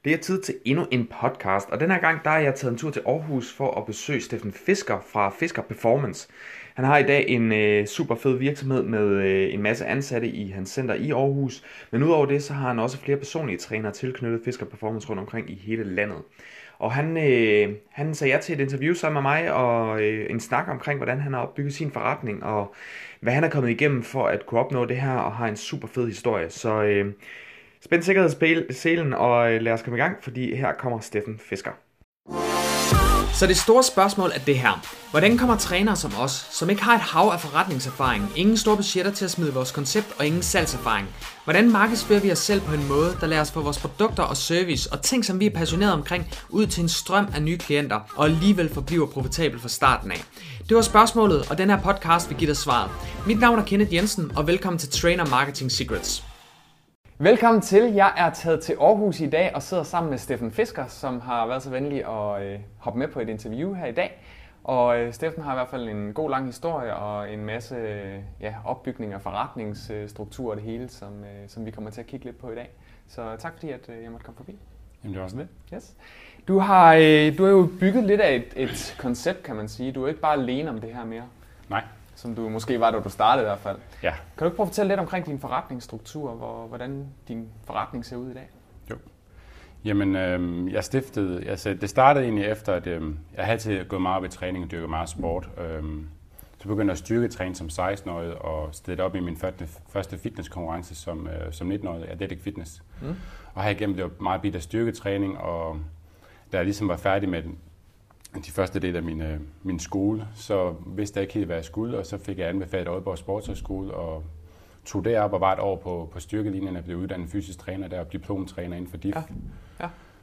Det er tid til endnu en podcast, og den her gang der er jeg taget en tur til Aarhus for at besøge Steffen Fisker fra Fisker Performance. Han har i dag en super fed virksomhed med en masse ansatte i hans center i Aarhus, men udover det så har han også flere personlige trænere tilknyttet Fisker Performance rundt omkring i hele landet. Og han sagde ja til et interview sammen med mig og en snak omkring, hvordan han har opbygget sin forretning og hvad han er kommet igennem for at kunne opnå det her, og har en super fed historie. Så spænd sikkerhedsselen og lad os komme i gang, fordi her kommer Steffen Fisker. Så det store spørgsmål er det her. Hvordan kommer trænere som os, som ikke har et hav af forretningserfaring, ingen store budgetter til at smide vores koncept og ingen salgserfaring? Hvordan markedsfører vi os selv på en måde, der lader os få vores produkter og service og ting, som vi er passionerede omkring, ud til en strøm af nye klienter og alligevel forbliver profitabel fra starten af? Det var spørgsmålet, og den her podcast vil give dig svaret. Mit navn er Kenneth Jensen, og velkommen til Trainer Marketing Secrets. Velkommen til. Jeg er taget til Aarhus i dag og sidder sammen med Steffen Fisker, som har været så venlig at hoppe med på et interview her i dag. Og Steffen har i hvert fald en god lang historie og en masse opbygning af forretningsstruktur og det hele, som vi kommer til at kigge lidt på i dag. Så tak fordi at jeg måtte komme forbi. Jamen det var også det. Yes. Du har jo bygget lidt af et koncept, kan man sige. Du er ikke bare alene om det her mere. Nej. Som du måske var, da du startede i hvert fald. Ja. Kan du ikke prøve at fortælle lidt omkring din forretningsstruktur, hvordan din forretning ser ud i dag? Jo. Jamen, det startede egentlig efter, at jeg havde altid gået meget op i træning og dyrket meget sport. Så begyndte jeg at styrketræne som 16-årig og stillede op i min første fitnesskonkurrence som 19-årig, Athletic Fitness. Og her igennem blev jeg meget bidt af styrketræning, og da jeg ligesom var færdig med de første del af min skole, så vidste jeg ikke helt, hvad jeg skulle, og så fik jeg anbefalet Aalborg Sportshøjskole og tog derop og var et år på styrkelinjen og blev uddannet fysisk træner der og diplomtræner inden for DIF. Ja.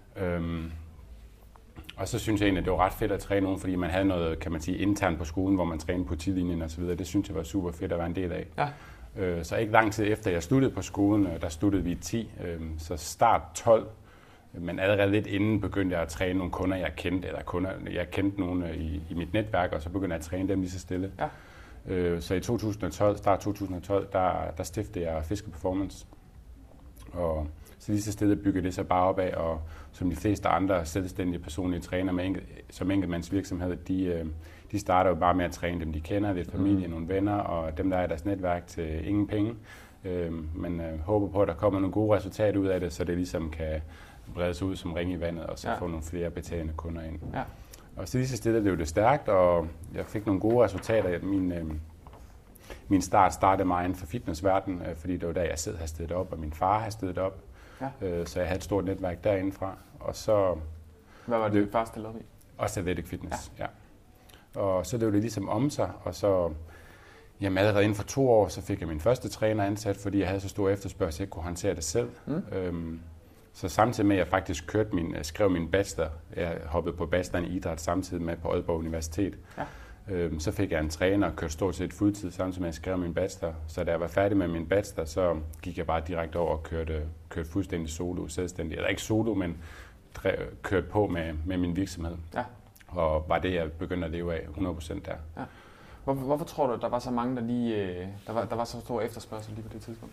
Og så synes jeg egentlig, at det var ret fedt at træne nogen, fordi man havde noget, kan man sige, internt på skolen, hvor man trænede på tidlinjen og så videre. Det synes jeg var super fedt at være en del af. Ja. Så ikke lang tid efter jeg sluttede på skolen, der sluttede vi i 10, så start 12. Men allerede lidt inden begyndte jeg at træne nogle kunder, jeg kendte, eller jeg kendte nogen i mit netværk, og så begyndte jeg at træne dem lige så stille. Ja. Så i start 2012, der stiftede jeg Fisker Performance. Og så lige så stille byggede det så bare op af, og som de fleste andre selvstændige personlige træner som enkeltmandsvirksomhed, de starter jo bare med at træne dem, de kender, lidt familie, nogle venner, og dem, der er i deres netværk til ingen penge. Men håber på, at der kommer nogle gode resultater ud af det, så det ligesom kan bredes ud som ring i vandet, og så få nogle flere betalende kunder ind. Ja. Og så lige så stille blev det stærkt, og jeg fik nogle gode resultater. Min start startede mig inden for fitnessverdenen, fordi det var der, jeg selv havde stedet op, og min far havde stedet op. Ja. Så jeg havde et stort netværk derindefra. Og så... Hvad var det første lov i? Også Athletic Fitness, ja. Og så blev det ligesom om sig, og så... Jamen allerede inden for 2 år, så fik jeg min første træner ansat, fordi jeg havde så stor efterspørgsel, at jeg ikke kunne håndtere det selv. Så samtidig med, at jeg faktisk skrev min bachelor, jeg hoppede på bacheloren i idræt samtidig med på Aalborg Universitet, så fik jeg en træner og kørte stort set fuldtid, samtidig med, at jeg skrev min bachelor. Så da jeg var færdig med min bachelor, så gik jeg bare direkte over og kørte fuldstændig solo, selvstændig. Eller ikke solo, men kørte på med min virksomhed. Ja. Og var det, jeg begyndte at leve af 100% der. Ja. Hvorfor tror du, at der var så mange, der var så stor efterspørgsel lige på det tidspunkt?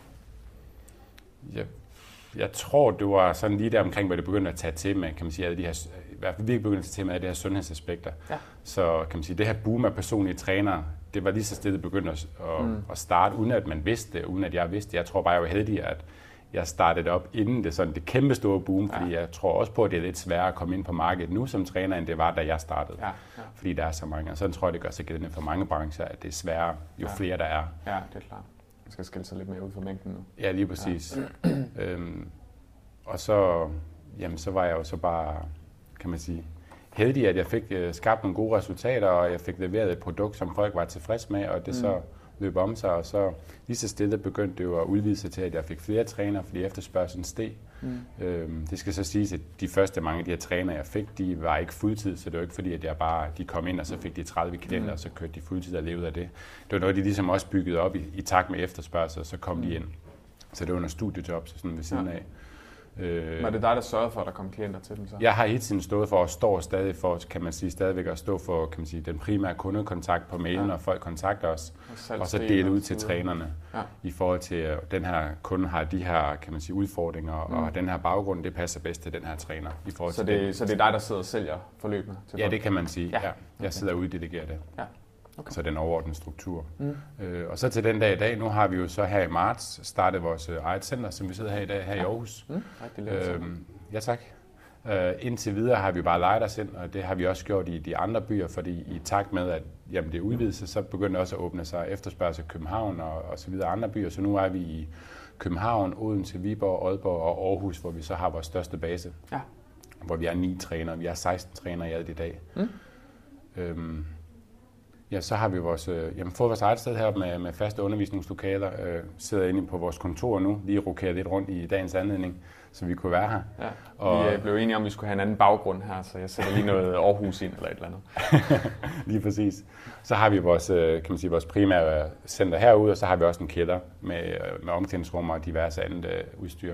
Ja. Jeg tror, det var sådan lige der omkring, hvor det begyndte at tage til med, kan man sige, alle de her, i hvert fald virkelig begyndte at tage til med alle de her sundhedsaspekter. Ja. Så kan man sige, det her boom af personlige trænere, det var lige så stille begyndt at starte, uden at man vidste det, uden at jeg vidste det. Jeg tror bare, jeg var heldig, at jeg startede op inden det kæmpe store boom, fordi jeg tror også på, at det er lidt sværere at komme ind på markedet nu som træner, end det var, da jeg startede. Ja. Ja. Fordi der er så mange, og sådan tror jeg, det gør sig gældende for mange brancher, at det er sværere, jo flere der er. Ja, det er klart. Man skal skille sig lidt mere ud fra mængden nu. Ja, lige præcis. Ja. Og så var jeg jo så bare, kan man sige, heldig, at jeg fik skabt nogle gode resultater, og jeg fik leveret et produkt, som folk var tilfreds med, og det så løb om sig, og så lige så stille begyndte det jo at udvide sig til, at jeg fik flere trænere, fordi efterspørgselen steg. Det skal så siges, at de første mange af de her trænere, jeg fik, de var ikke fuldtid, så det var ikke fordi, at de kom ind, og så fik de 30 klienter, og så kørte de fuldtid og levede af det. Det var noget, de ligesom også byggede op i takt med efterspørgsel, og så kom de ind. Så det var noget studiejob, så sådan ved siden af. Var det dig, der sørgede for, at der kom klienter til dem så? Jeg har hele tiden stået for, og står stadig for, kan man sige, stadigvæk at stå for, kan man sige, den primære kundekontakt på mailen, når folk kontakter os, og så dele ud til trænerne i forhold til, at den her kunde har de her, kan man sige, udfordringer, og den her baggrund, det passer bedst til den her træner. I forhold så, til så det er dig, der sidder og sælger forløbene til folk? Ja, det kan man sige. Ja. Jeg sidder og uddelegerer det. Ja. Okay. Så den overordnede struktur. Og så til den dag i dag, nu har vi jo så her i marts startet vores eget center, som vi sidder her i dag, her i Aarhus. Ja, tak. Indtil videre har vi bare lejet os ind, og det har vi også gjort i de andre byer, fordi i takt med, at det er udvidet, så begynder også at åbne sig efterspørgsel i København og så videre andre byer. Så nu er vi i København, Odense, Viborg, Aalborg og Aarhus, hvor vi så har vores største base. Ja. Hvor vi er 9 trænere, vi er 16 trænere i alt i dag. Ja, så har vi fået vores eget sted heroppe med faste undervisningslokaler. Sidder inde på vores kontor nu, lige rokerer lidt rundt i dagens anledning, så vi kunne være her. Ja, og vi blev enige om, at vi skulle have en anden baggrund her, så jeg sætter lige noget Aarhus ind eller et eller andet. Lige præcis. Så har vi vores primære center herude, og så har vi også en kælder med omklædningsrum og diverse andet udstyr.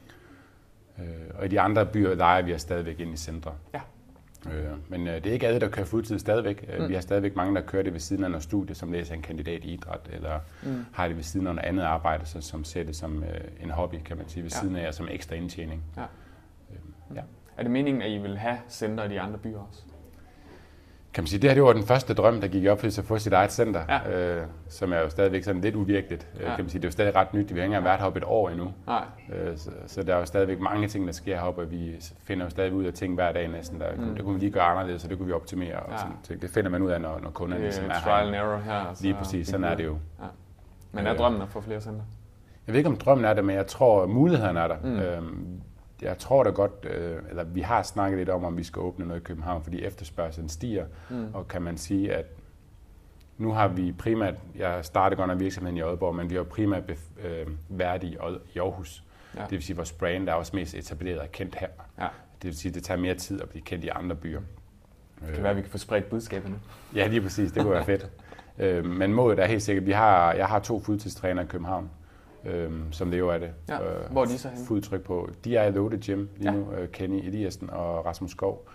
Og i de andre byer leger vi stadigvæk ind i centre. Ja. Men det er ikke alle, der kører fuldtid stadigvæk. Vi har stadigvæk mange, der kører det ved siden af noget studie, som læser en kandidat i idræt, eller har det ved siden af noget andet arbejde, som ser det som en hobby, kan man sige, ved siden af, som ekstra indtjening. Ja. Ja. Er det meningen, at I vil have center i de andre byer også? Kan man sige, det her det var den første drøm, der gik op for at få sit eget center, som er jo stadigvæk sådan lidt uvirkeligt. Kan man sige, det er jo stadig ret nyt, vi har ikke engang været heroppe et år endnu. Så der er jo stadigvæk mange ting, der sker heroppe, og vi finder jo stadig ud af ting hver dag næsten. Det kunne vi lige gøre anderledes, og det kunne vi optimere. Og sådan. Det finder man ud af, når kunderne ligesom er her. Trial and error her. Så lige præcis, sådan er det jo. Ja. Men er drømmen at få flere center? Jeg ved ikke, om drømmen er der, men jeg tror, mulighederne er der. Jeg tror da godt, eller vi har snakket lidt om vi skal åbne noget i København, fordi efterspørgselen stiger, og kan man sige, at nu har vi primært, jeg startede godt nok virksomheden i Aalborg, men vi har primært været i Aarhus. Ja. Det vil sige, at vores brand er også mest etableret og kendt her. Ja. Det vil sige, at det tager mere tid at blive kendt i andre byer. Det kan være, at vi kan få spredt budskaberne. Ja, lige præcis. Det kunne være fedt. Men målet er helt sikkert, jeg har 2 fuldtidstrænere i København, som det jo er det. Ja. Hvor er de så henne? Fuldt tryk på. De er i Loaded Gym lige nu, Kenny Eliassen og Rasmus Skov,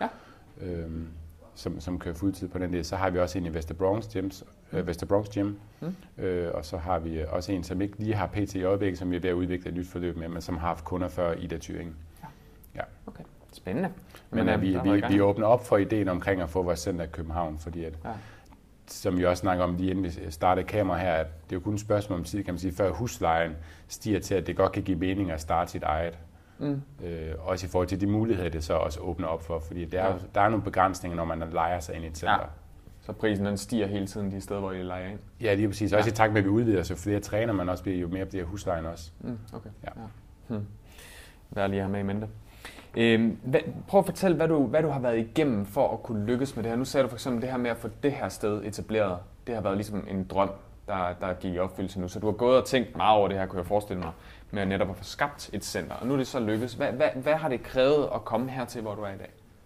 som kører fuldtid på den del. Så har vi også en i Vesterbronx Gym, og så har vi også en, som ikke lige har PT i øjeblikket, som vi er ved at udvikle et nyt forløb med, men som har haft kunder før Ida Thüringen. Ja. Okay, spændende. Men vi åbner op for ideen omkring at få vores center i København, fordi at som vi også snakker om lige inden vi startede kamera her, at det er jo kun et spørgsmål om tid, kan man sige, før huslejen stiger til, at det godt kan give mening at starte sit eget. Også i forhold til de muligheder, det så også åbner op for, fordi der er nogle begrænsninger, når man lejer sig ind i et center. Ja. Så prisen den stiger hele tiden de steder, hvor I lejer ind? Ja, lige præcis. Også i takt med, at vi udvider, så flere træner man også bliver, jo mere bliver huslejen også. Okay. Ja. Hvad er lige her med i mente? Prøv at fortælle, hvad du har været igennem for at kunne lykkes med det her. Nu sagde du for eksempel det her med at få det her sted etableret. Det har været ligesom en drøm, der gik i opfyldelse nu. Så du har gået og tænkt meget over det her, kunne jeg forestille mig, med netop at få skabt et center. Og nu er det så lykkes. Hvad har det krævet at komme hertil, hvor du er i dag?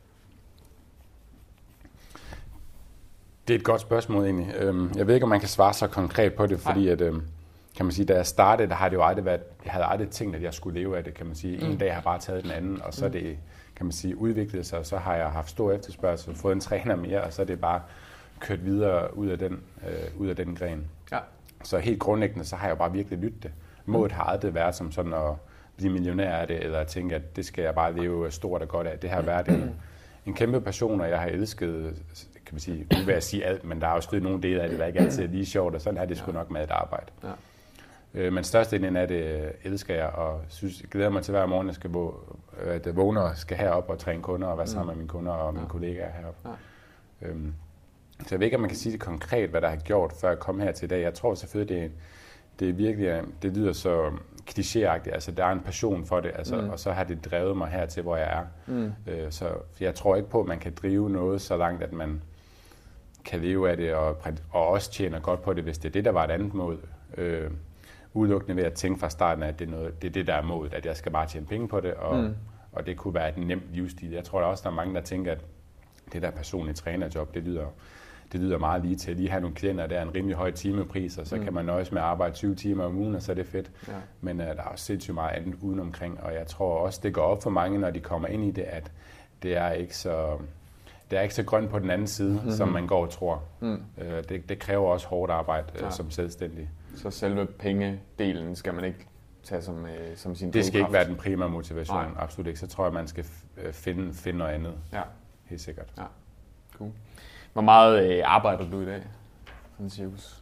Det er et godt spørgsmål egentlig. Jeg ved ikke, om man kan svare så konkret på det, fordi at, kan man sige, da jeg startede, der har det jo aldrig været, jeg havde aldrig tænkt, at jeg skulle leve af det, kan man sige. En dag har jeg bare taget den anden, og så er det, kan man sige, udviklet sig, og så har jeg haft stor efterspørgsel, fået en træner mere, og så er det bare kørt videre ud af den gren. Ja. Så helt grundlæggende, så har jeg jo bare virkelig lyttet det. Målet har aldrig været som sådan at blive millionær af det, eller at tænke, at det skal jeg bare leve stort og godt af. Det har været en kæmpe passion, og jeg har elsket, kan man sige, nu vil jeg sige alt, men der er også nogle dele af det, der ikke altid er lige sjovt, og sådan er det sgu nok med et arbejde. Ja. Men størstedelen af det elsker jeg, og glæder mig til hver morgen, at vågne og skal herop og træne kunder, og være sammen med mine kunder og mine kollegaer heroppe. Ja. Så jeg ved ikke, om man kan sige det konkret, hvad der har gjort, før jeg kom her til i dag. Jeg tror selvfølgelig, det er virkelig, det lyder så klichéagtigt, altså der er en passion for det, altså, og så har det drevet mig her til, hvor jeg er. Så jeg tror ikke på, at man kan drive noget så langt, at man kan leve af det, og også tjener godt på det, hvis det er det, der var et andet mål. Udelukkende ved at tænke fra starten, at det er det, der er målet, at jeg skal bare tjene penge på det, og det kunne være et nemt livsstil. Jeg tror da også, der er mange, der tænker, at det der personlige trænerjob, det det lyder meget lige til at lige have nogle klienter, der er en rimelig høj timepris, og så kan man nøjes med at arbejde 20 timer om ugen, og så er det fedt. Ja. Men der er også sindssygt meget andet udenomkring, og jeg tror også, det går op for mange, når de kommer ind i det, at det er ikke så grønt på den anden side, som man går og tror. Det kræver også hårdt arbejde som selvstændig. Så selve pengedelen skal man ikke tage som sin drivkraft? Det skal ikke være den primære motivation, absolut ikke. Så tror jeg, man skal finde noget andet. Ja. Helt sikkert. Ja. Cool. Hvor meget arbejder du i dag, sådan cirkus?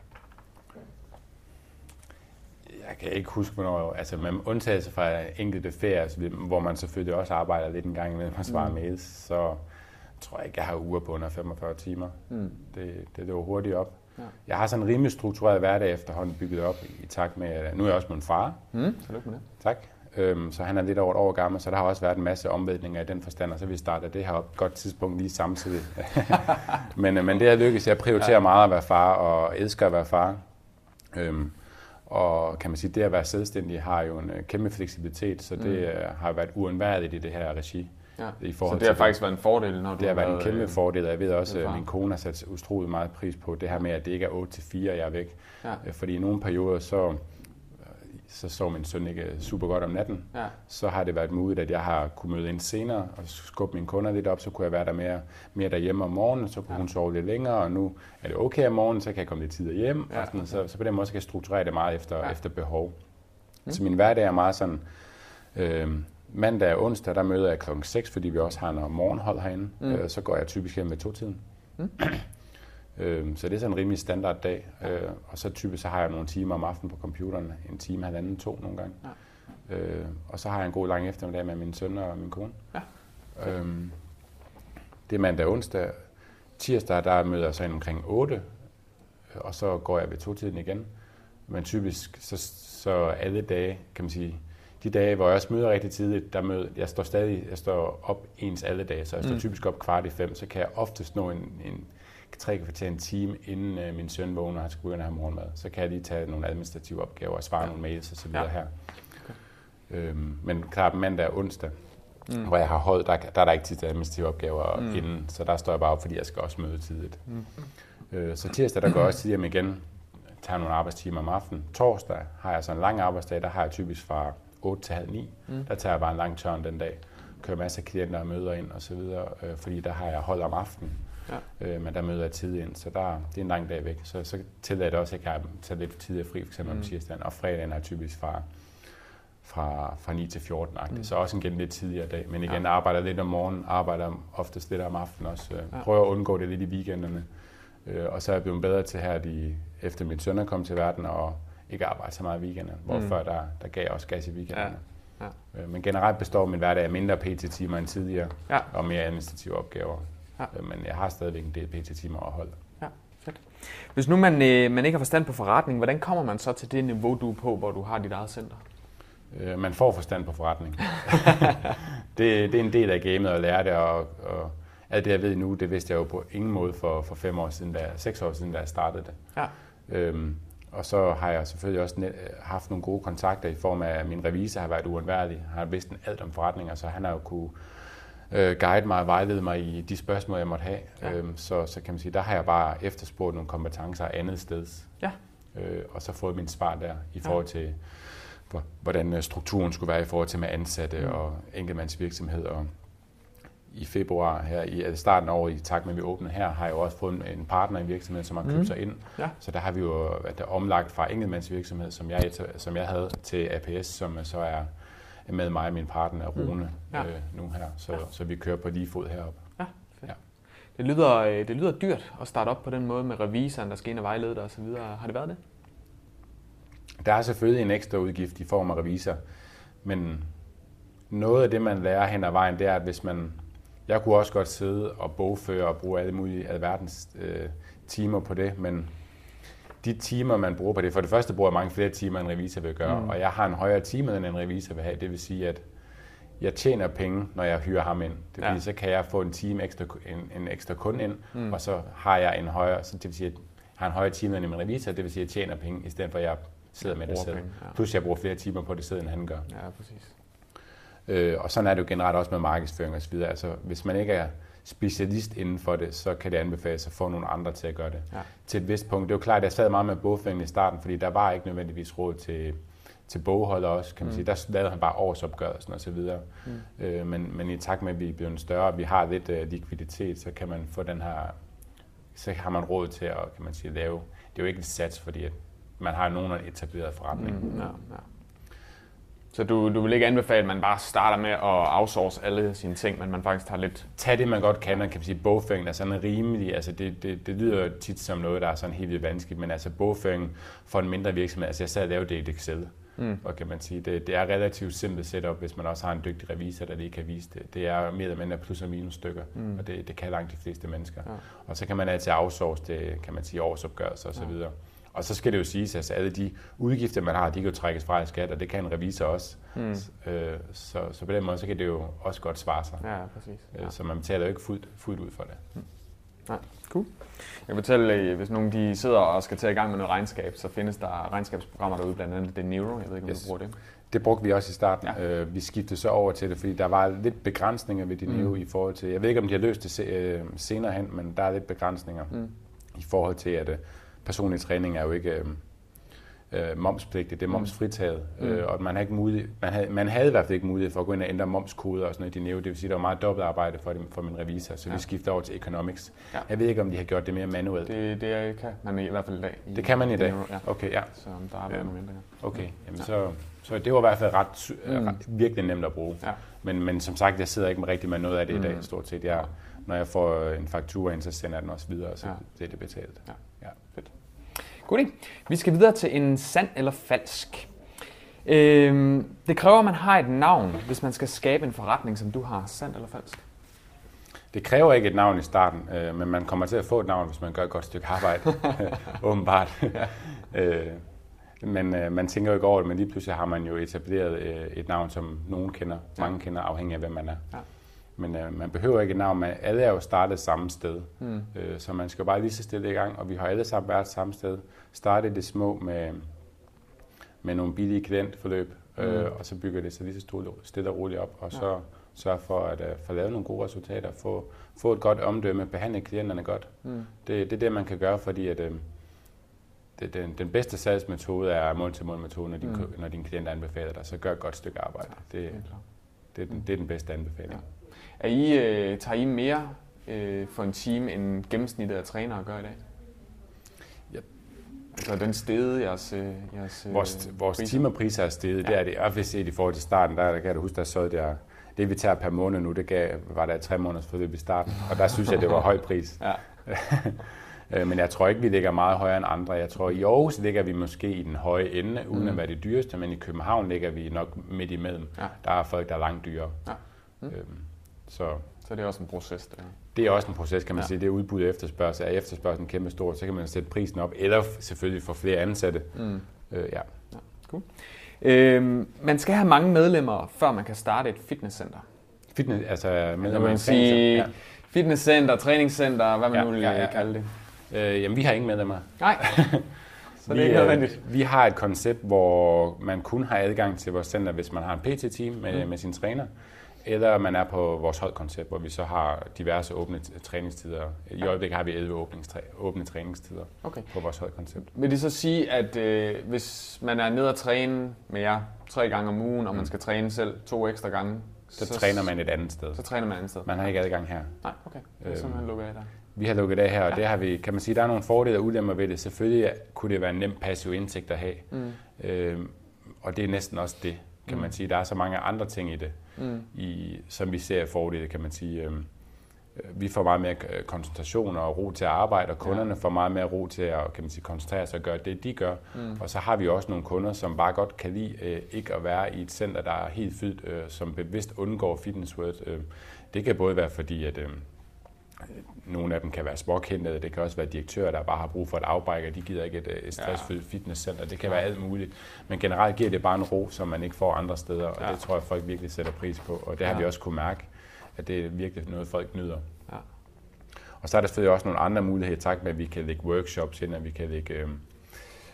Jeg kan ikke huske, hvornår, altså med undtagelse fra enkelte ferier, hvor man selvfølgelig også arbejder lidt en gang imellem og svarer mails, så tror jeg ikke, jeg har uger på under 45 timer. Det løber hurtigt op. Ja. Jeg har sådan en rimelig struktureret hverdag efterhånden bygget op i takt med, at nu er jeg også min far. Tillykke med det. Tak. Så han er lidt over et år gammel, så der har også været en masse omvæltninger i den forstand, og så vi starter det her op et godt tidspunkt lige samtidig. men det er lykkedes. Jeg prioriterer meget at være far, og elsker at være far. Og kan man sige, det at være selvstændig har jo en kæmpe fleksibilitet, så det har været uundværligt i det her regi. Ja. Så det har faktisk været en fordel, når du det har været en kæmpe fordel, og jeg ved også, at min kone har sat utroligt meget pris på det her med, at det ikke er 8-4, jeg er væk. Ja. Fordi i nogle perioder, så min søn ikke super godt om natten. Ja. Så har det været muligt, at jeg har kunnet møde ind senere og skubbe mine kunder lidt op, så kunne jeg være der mere derhjemme om morgenen, så kunne hun sove lidt længere, og nu er det okay om morgenen, så kan jeg komme lidt tidligere hjem. Ja. Og sådan, så på den måde kan jeg strukturere det meget efter behov. Så min hverdag er meget sådan, mandag og onsdag, der møder jeg klokken 6, fordi vi også har noget morgenhold herinde. Så går jeg typisk hjem ved 2-tiden. Så det er sådan en rimelig standard dag. Og så typisk så har jeg nogle timer om aftenen på computeren. En time, halvanden, 2 nogle gange. Ja. Og så har jeg en god lang eftermiddag med mine sønner og min kone. Ja. Det er mandag og onsdag. Tirsdag, der møder jeg så ind omkring 8. Og så går jeg ved 2-tiden igen. Men typisk så alle dage, kan man sige, de dage, hvor jeg også møder rigtig tidligt, jeg står op ens alle dage, så jeg står typisk op 4:45, så kan jeg oftest nå en 3-4 en time, inden min søn vågner, og han skal begynde at have morgenmad. Så kan jeg lige tage nogle administrative opgaver og svare nogle mails og så videre her. Okay. Men klart mandag og onsdag, hvor jeg har hold, der er der ikke tid til administrative opgaver inden, så der står jeg bare op, fordi jeg skal også møde tidligt. Så tirsdag, der går jeg også tidligere igen, tager nogle arbejdstimer om aftenen. Torsdag har jeg så en lang arbejdsdag, der har jeg typisk fra 8 til halv 9. Der tager jeg bare en lang tørn den dag. Kører masser af klienter og møder ind og så videre, fordi der har jeg hold om aftenen. Ja. Men der møder jeg tidligt ind, så det er en lang dag væk. Så tillader det også, at jeg kan tage lidt tidligere fri, f.eks. om tirsdagen. Og fredagen er typisk fra 9 til 14. Så også en lidt tidligere dag. Men igen, arbejder lidt om morgenen, arbejder oftest lidt om aftenen også. Prøver at undgå det lidt i weekenderne. Og så er jeg blevet bedre til her, efter min søn er kommet til verden, og ikke arbejde så meget i weekenden, hvor før der gav jeg også gas i weekenderne. Ja. Ja. Men generelt består min hverdag af mindre PT-timer end tidligere, og mere administrative opgaver. Ja. Men jeg har stadigvæk en del PT-timer at holde. Ja, fedt. Hvis nu man ikke har forstand på forretning, hvordan kommer man så til det niveau, du er på, hvor du har dit eget center? Man får forstand på forretning. det er en del af gamet at lære det, og alt det, jeg ved nu, det vidste jeg jo på ingen måde for 6 år siden, da jeg startede det. Ja. Og så har jeg selvfølgelig også haft nogle gode kontakter i form af, at min revisor har været uundværlig. Han har vidst alt om forretninger, så han har jo kunne guide mig og vejlede mig i de spørgsmål, jeg måtte have. Ja. Så kan man sige, der har jeg bare efterspurgt nogle kompetencer andet sted. Ja. Og så fået min svar der i forhold til, hvordan strukturen skulle være i forhold til med ansatte og enkeltmandsvirksomhed. Og i februar her, i starten af året, i takt med, at vi åbner her, har jeg jo også fået en partner i virksomheden, som har købt sig ind. Ja. Så der har vi jo omlagt fra enkeltmandsvirksomhed, som jeg havde, til APS, som så er med mig og min partner, Rune, nu her. Så vi kører på lige fod heroppe. Ja, fedt. Ja. Det lyder dyrt at starte op på den måde med revisoren, der skal ind og vejlede dig osv. Har det været det? Der er selvfølgelig en ekstra udgift i form af revisor, men noget af det, man lærer hen ad vejen, det er, at hvis man... Jeg kunne også godt sidde og bogføre og bruge alle mulige alverdens timer på det, men de timer, man bruger på det, for det første bruger jeg mange flere timer, end en revisor vil gøre, og jeg har en højere time, end en revisor vil have. Det vil sige, at jeg tjener penge, når jeg hyrer ham ind. Det vil sige, så kan jeg få en ekstra kunde ind, og så har jeg en højere, så det vil sige, at jeg har en højere time end en revisor, det vil sige, at jeg tjener penge, i stedet for at jeg sidder med det selv. Plus jeg bruger flere timer på det, end han gør. Ja, præcis. Og sådan er det jo generelt også med markedsføring og så videre. Altså, hvis man ikke er specialist inden for det, så kan det anbefales at få nogle andre til at gøre det. Ja. Til et vist punkt. Det er jo klart, at jeg sad meget med bogføringen i starten, fordi der var ikke nødvendigvis råd til bogholder også, kan man sige. Der lavede han bare årsopgørelsen og så videre. Men i takt med, at vi er blevet større, og vi har lidt likviditet, så kan man få den her, så har man råd til at, kan man sige, lave. Det er jo ikke et sats, fordi at man har nogen etableret forretning. Ja. Så du vil ikke anbefale, at man bare starter med at outsource alle sine ting, men man faktisk tager lidt... Tag det, man godt kan man sige, bogføringen er sådan rimelig, altså det lyder tit som noget, der er sådan helt vildt vanskeligt, men altså bogføringen for en mindre virksomhed, altså jeg sad og lavede det i Excel, og kan man sige, det er relativt simpelt setup, hvis man også har en dygtig revisor, der lige kan vise det. Det er mere eller mindre plus og minus stykker, og det kan langt de fleste mennesker. Ja. Og så kan man altid outsource det, kan man sige, årsopgørelser og så videre. Og så skal det jo siges, at alle de udgifter, man har, de kan jo trækkes fra i skat, og det kan en revisor også. Så på den måde, så kan det jo også godt svare sig. Ja, præcis. Ja. Så man betaler jo ikke fuldt ud for det. Nej, cool. Jeg kan fortælle, hvis nogen de sidder og skal tage i gang med noget regnskab, så findes der regnskabsprogrammer derude, blandt andet Deniro. Jeg ved ikke, om du bruger det. Det brugte vi også i starten. Ja. Vi skiftede så over til det, fordi der var lidt begrænsninger ved Deniro i forhold til... Jeg ved ikke, om de har løst det senere hen, men der er lidt begrænsninger i forhold til, at personlig træning er jo ikke momspligtigt, det er momsfritaget, og man havde i hvert fald ikke mulighed for at gå ind og ændre momskoder og sådan noget i Dineo. Det vil sige, at der var meget dobbeltarbejde for min revisor, så vi skiftede over til Economics. Ja. Jeg ved ikke, om de har gjort det mere manuelt. Det kan man i hvert fald i dag. Det kan man i dag? Dinero, ja. Okay, ja. Så der er nogle ændringer. Okay, jamen så det var i hvert fald ret virkelig nemt at bruge. Ja. Men som sagt, jeg sidder ikke rigtig med noget af det i dag, stort set. Når jeg får en faktura ind, så sender jeg den også videre, så det er det betalt. Ja, fedt. Godt. Vi skal videre til en sand eller falsk. Det kræver, at man har et navn, hvis man skal skabe en forretning, som du har. Sand eller falsk? Det kræver ikke et navn i starten, men man kommer til at få et navn, hvis man gør et godt stykke arbejde, åbenbart. Men man tænker jo ikke over det, men lige pludselig har man jo etableret et navn, som nogen kender, mange kender, afhængig af, hvem man er. Ja. Men man behøver ikke et navn, men alle er jo startet samme sted. Så man skal bare lige så stille i gang, og vi har alle sammen været samme sted. Starte det små med nogle billige klientforløb, og så bygger det sig lige så stille og roligt op, og så sørge for at få lavet nogle gode resultater, få et godt omdømme, behandle klienterne godt. Det er det, man kan gøre, fordi at, den bedste salgsmetode er mål-til-mål-metoden, når din klient anbefaler dig, så gør et godt stykke arbejde. Det er den bedste anbefaling. Ja. Tager I mere for en time, end gennemsnittet af trænere gør i dag? Ja. Altså den steget jeres vores timerpriser er steget, det er det. Og hvis set i forhold til starten, der kan jeg huske, der så det vi tager per måned nu, var der 3 måneders forløb i starten, og der synes jeg, det var høj pris. Ja. Men jeg tror ikke, vi ligger meget højere end andre. Jeg tror, i Aarhus ligger vi måske i den høje ende, uden at være det dyreste, men i København ligger vi nok midt imellem. Ja. Der er folk, der er langt dyrere. Ja. Så det er også en proces? Det er også en proces, kan man sige. Det er udbud og efterspørgsel. Er efterspørgselen kæmpe stor, så kan man sætte prisen op, eller selvfølgelig få flere ansatte. Cool. Man skal have mange medlemmer, før man kan starte et fitnesscenter. Fitnesscenter, træningscenter, hvad man nu vil kalde det. Jamen, vi har ingen medlemmer. Nej, så det er ikke nødvendigt. Vi har et koncept, hvor man kun har adgang til vores center, hvis man har en PT-team med sin træner, eller man er på vores holdkoncept, hvor vi så har diverse åbne træningstider. I øjeblikket har vi 11 åbne træningstider på vores holdkoncept. Vil det så sige, at hvis man er nede og træne med jer 3 gange om ugen, og man skal træne selv 2 ekstra gange, så træner man et andet sted. Så træner man et andet sted. Man har ikke adgang her. Nej, okay. Det er simpelthen lukket af der. Vi har lukket af her, og det har vi, kan man sige, der er nogle fordele og ulemper ved det. Selvfølgelig kunne det være en nem passiv indtægt at have, og det er næsten også det, kan man sige. Der er så mange andre ting i det, som vi ser fordele, kan man sige. Vi får meget mere koncentration og ro til at arbejde, og kunderne får meget mere ro til at, kan man sige, koncentrere sig og gøre det, de gør. Og så har vi også nogle kunder, som bare godt kan lide ikke at være i et center, der er helt fyldt, som bevidst undgår Fitness World. Det kan både være fordi, at nogle af dem kan være småkendte, det kan også være direktører, der bare har brug for et afbræk, og de gider ikke et stressfyldt fitnesscenter. Det kan være alt muligt. Men generelt giver det bare en ro, som man ikke får andre steder, og det tror jeg, folk virkelig sætter pris på. Og det har vi også kunne mærke, at det er virkelig noget, folk nyder. Ja. Og så er der selvfølgelig også nogle andre muligheder, tak med, at vi kan lægge workshops ind, at vi kan lægge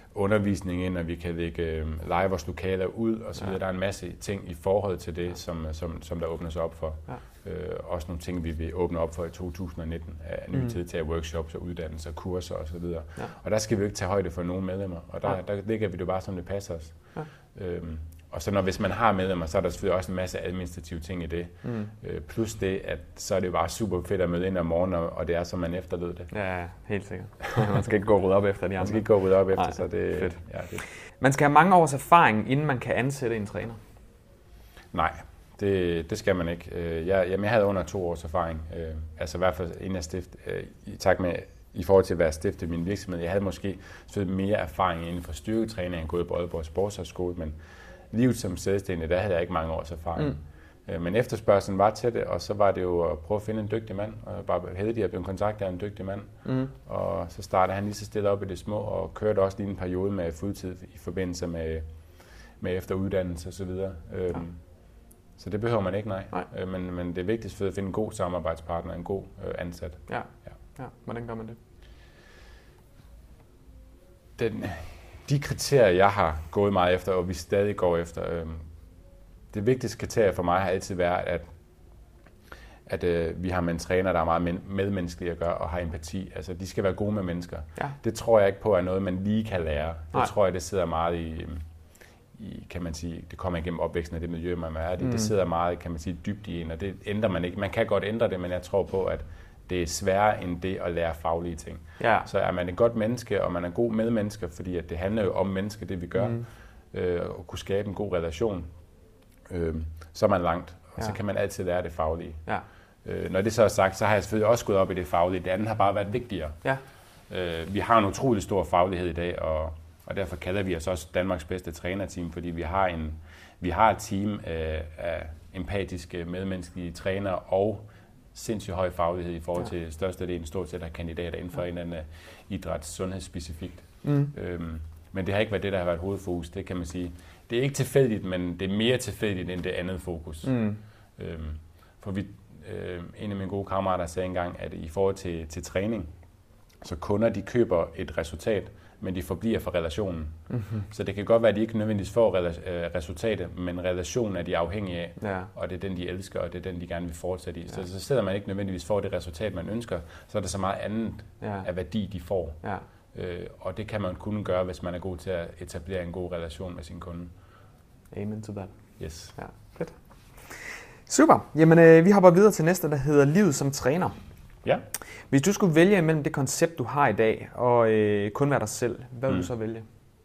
undervisning ind, og vi kan lægge legevorslokaler ud, og så videre. Der er en masse ting i forhold til det, som der åbner sig op for. Ja. Også nogle ting, vi vil åbne op for i 2019, af nye tiltag, workshops og uddannelser, kurser og så videre. Ja. Og der skal vi jo ikke tage højde for nogen medlemmer, og der ligger vi det bare, som det passer os. Ja. Og så hvis man har medlemmer, så er der selvfølgelig også en masse administrative ting i det. Plus det, at så er det jo bare super fedt at møde ind om morgenen, og det er, som man efterlod det. Ja, helt sikkert. Man skal ikke gå og rydde op efter de andre. Man skal ikke gå og rydde op efter, nej, så det fedt. Ja, det. Man skal have mange års erfaring, inden man kan ansætte en træner. Nej, det skal man ikke. Jeg havde under 2 års erfaring. Altså i hvert fald inden jeg stiftede, i forhold til at være stiftet min virksomhed. Jeg havde måske mere erfaring inden for styrketræning, end gået på Aalborg Sportshøjskole, men livet som selvstændig, der havde jeg ikke mange års erfaring. Men efterspørgselen var til det, og så var det jo at prøve at finde en dygtig mand. Og jeg var bare heldig at blive kontaktet af en dygtig mand. Og så startede han lige så stille op i det små, og kørte også lige en periode med fuldtid i forbindelse med efteruddannelse og så videre. Så det behøver man ikke, nej. Men det er vigtigt for at finde en god samarbejdspartner, en god ansat. Ja. Hvordan gør man det? De kriterier, jeg har gået meget efter, og vi stadig går efter, det vigtigste kriterie for mig har altid været, at vi har med en træner, der er meget medmenneskelig at gøre og har empati. Altså, de skal være gode med mennesker. Ja. Det tror jeg ikke på er noget, man lige kan lære. Det tror jeg, det sidder meget i kan man sige, det kommer igennem opvæksten af det miljø, man er i. Det sidder meget, kan man sige, dybt i en, og det ændrer man ikke. Man kan godt ændre det, men jeg tror på, at det er sværere end det at lære faglige ting. Ja. Så er man et godt menneske, og man er god medmenneske, fordi at det handler jo om mennesker, det vi gør, og kunne skabe en god relation, så er man langt, og så kan man altid lære det faglige. Ja. Når det så er sagt, så har jeg selvfølgelig også gået op i det faglige. Det andet har bare været vigtigere. Ja. Vi har en utrolig stor faglighed i dag, og derfor kalder vi os også Danmarks bedste trænerteam, fordi vi har et team af empatiske, medmenneskelige trænere og sindssygt høj faglighed i forhold til størstedelen stort set af kandidater inden for en eller anden idræt, sundhedsspecifikt. Men det har ikke været det, der har været hovedfokus, det kan man sige. Det er ikke tilfældigt, men det er mere tilfældigt end det andet fokus. For en af mine gode kammerater sagde engang, at i forhold til træning, så kunder de køber et resultat, men de forbliver for relationen. Så det kan godt være, at de ikke nødvendigvis får resultatet, men relationen er de afhængige af, og det er den, de elsker, og det er den, de gerne vil fortsætte i. Så selvom man ikke nødvendigvis får det resultat, man ønsker, så er der så meget andet af værdi, de får. Og det kan man kun gøre, hvis man er god til at etablere en god relation med sin kunde. Amen to that. Yes. Ja, fedt. Super. Jamen, vi hopper videre til næste, der hedder livet som træner. Ja. Hvis du skulle vælge imellem det koncept, du har i dag, og kun være dig selv, hvad vil du så vælge?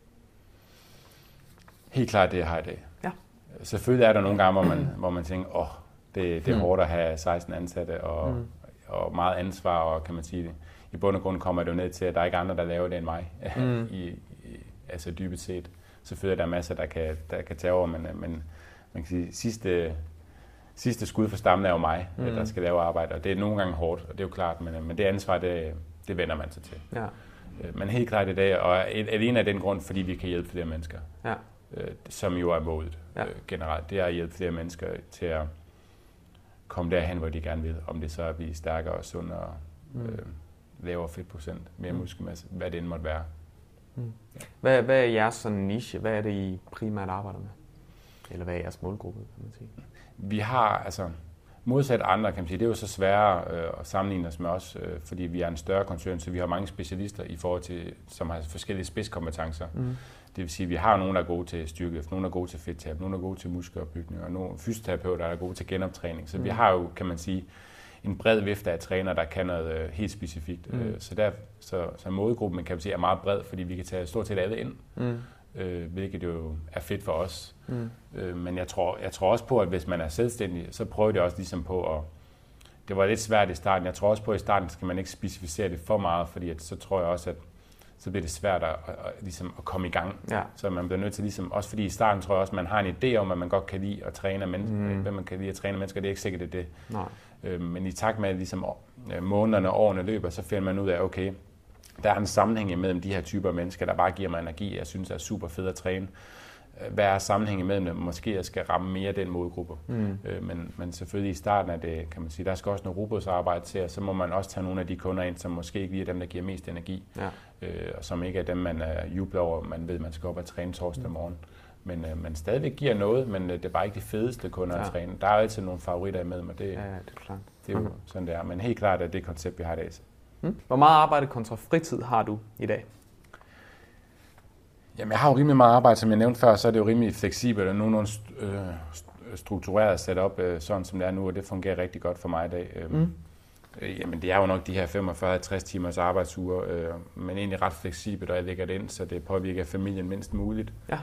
Helt klart det, jeg har i dag. Ja. Selvfølgelig er der nogle gange, hvor man tænker, det er hårdt at have 16 ansatte og meget ansvar, og kan man sige det. I bund og grund kommer det jo ned til, at der er ikke andre, der laver det end mig, altså dybest set. Selvfølgelig er der masser, der kan tage over, men man kan sige, sidste skud for stammen er jo mig, der skal lave arbejde, og det er nogle gange hårdt, og det er jo klart, men det ansvar, det vender man sig til. Ja. Men helt klart i dag, og alene af den grund, fordi vi kan hjælpe flere mennesker, som jo er målet generelt, det er at hjælpe flere mennesker til at komme derhen, hvor de gerne vil, om det så er at blive stærkere og sundere, lavere fedtprocent, mere muskelmasse, hvad det end måtte være. Hvad er jeres sådan niche? Hvad er det, I primært arbejder med? Eller hvad er jeres målgruppe, kan man sige? Vi har, altså modsat andre, kan man sige, det er jo så sværere at sammenligne os med os, fordi vi er en større koncern, så vi har mange specialister i forhold til, som har forskellige spidskompetencer. Det vil sige, at vi har nogen, der er gode til styrkeløft, nogen, der er gode til fedttab, nogen, der er gode til muskelopbygning, og nogle fysioterapeuter, der er gode til genoptræning. Så vi har jo, kan man sige, en bred vifte af trænere, der kan noget helt specifikt. Så målgruppen, kan man sige, er meget bred, fordi vi kan tage stort set alle ind. Hvilket jo er fedt for os. Men jeg tror også på, at hvis man er selvstændig, så prøver det også ligesom på at... Det var lidt svært i starten. Jeg tror også på, at i starten skal man ikke specificere det for meget, fordi så tror jeg også, at så bliver det svært ligesom at komme i gang. Ja. Så man bliver nødt til ligesom... Også fordi i starten tror jeg også, at man har en idé om, at man godt kan lide at træne mennesker. Hvem man kan lide at træne mennesker, det er ikke sikkert, det er det. Nej. Men i takt med, at ligesom månederne og årene løber, så finder man ud af, okay, der er en sammenhæng imellem de her typer af mennesker, der bare giver mig energi, jeg synes er super fedt at træne. hvad er sammenhængen imellem dem? Måske jeg skal ramme mere den målgruppe. Men selvfølgelig i starten af det, kan man sige, der skal også noget robotsarbejde til, og så må man også tage nogle af de kunder ind, som måske ikke lige er dem, der giver mest energi, og som ikke er dem, man jubler over, man ved, man skal op og træne torsdag morgen. Men man stadigvæk giver noget, men det er bare ikke de fedeste kunder at træne. Der er altid nogle favoritter imellem, og det er klart. Det er jo sådan, det er. Men helt klart er det koncept, vi har i dag. Hvor meget arbejde kontra fritid har du i dag? Jamen, jeg har jo rimelig meget arbejde, som jeg nævnte før, så er det jo rimelig fleksibelt og nogenlunde struktureret sat op, sådan som det er nu, og det fungerer rigtig godt for mig i dag. Jamen, det er jo nok de her 45-50 timers arbejdsuger, men egentlig ret fleksibelt, og jeg lægger det ind, så det påvirker familien mindst muligt. Ja.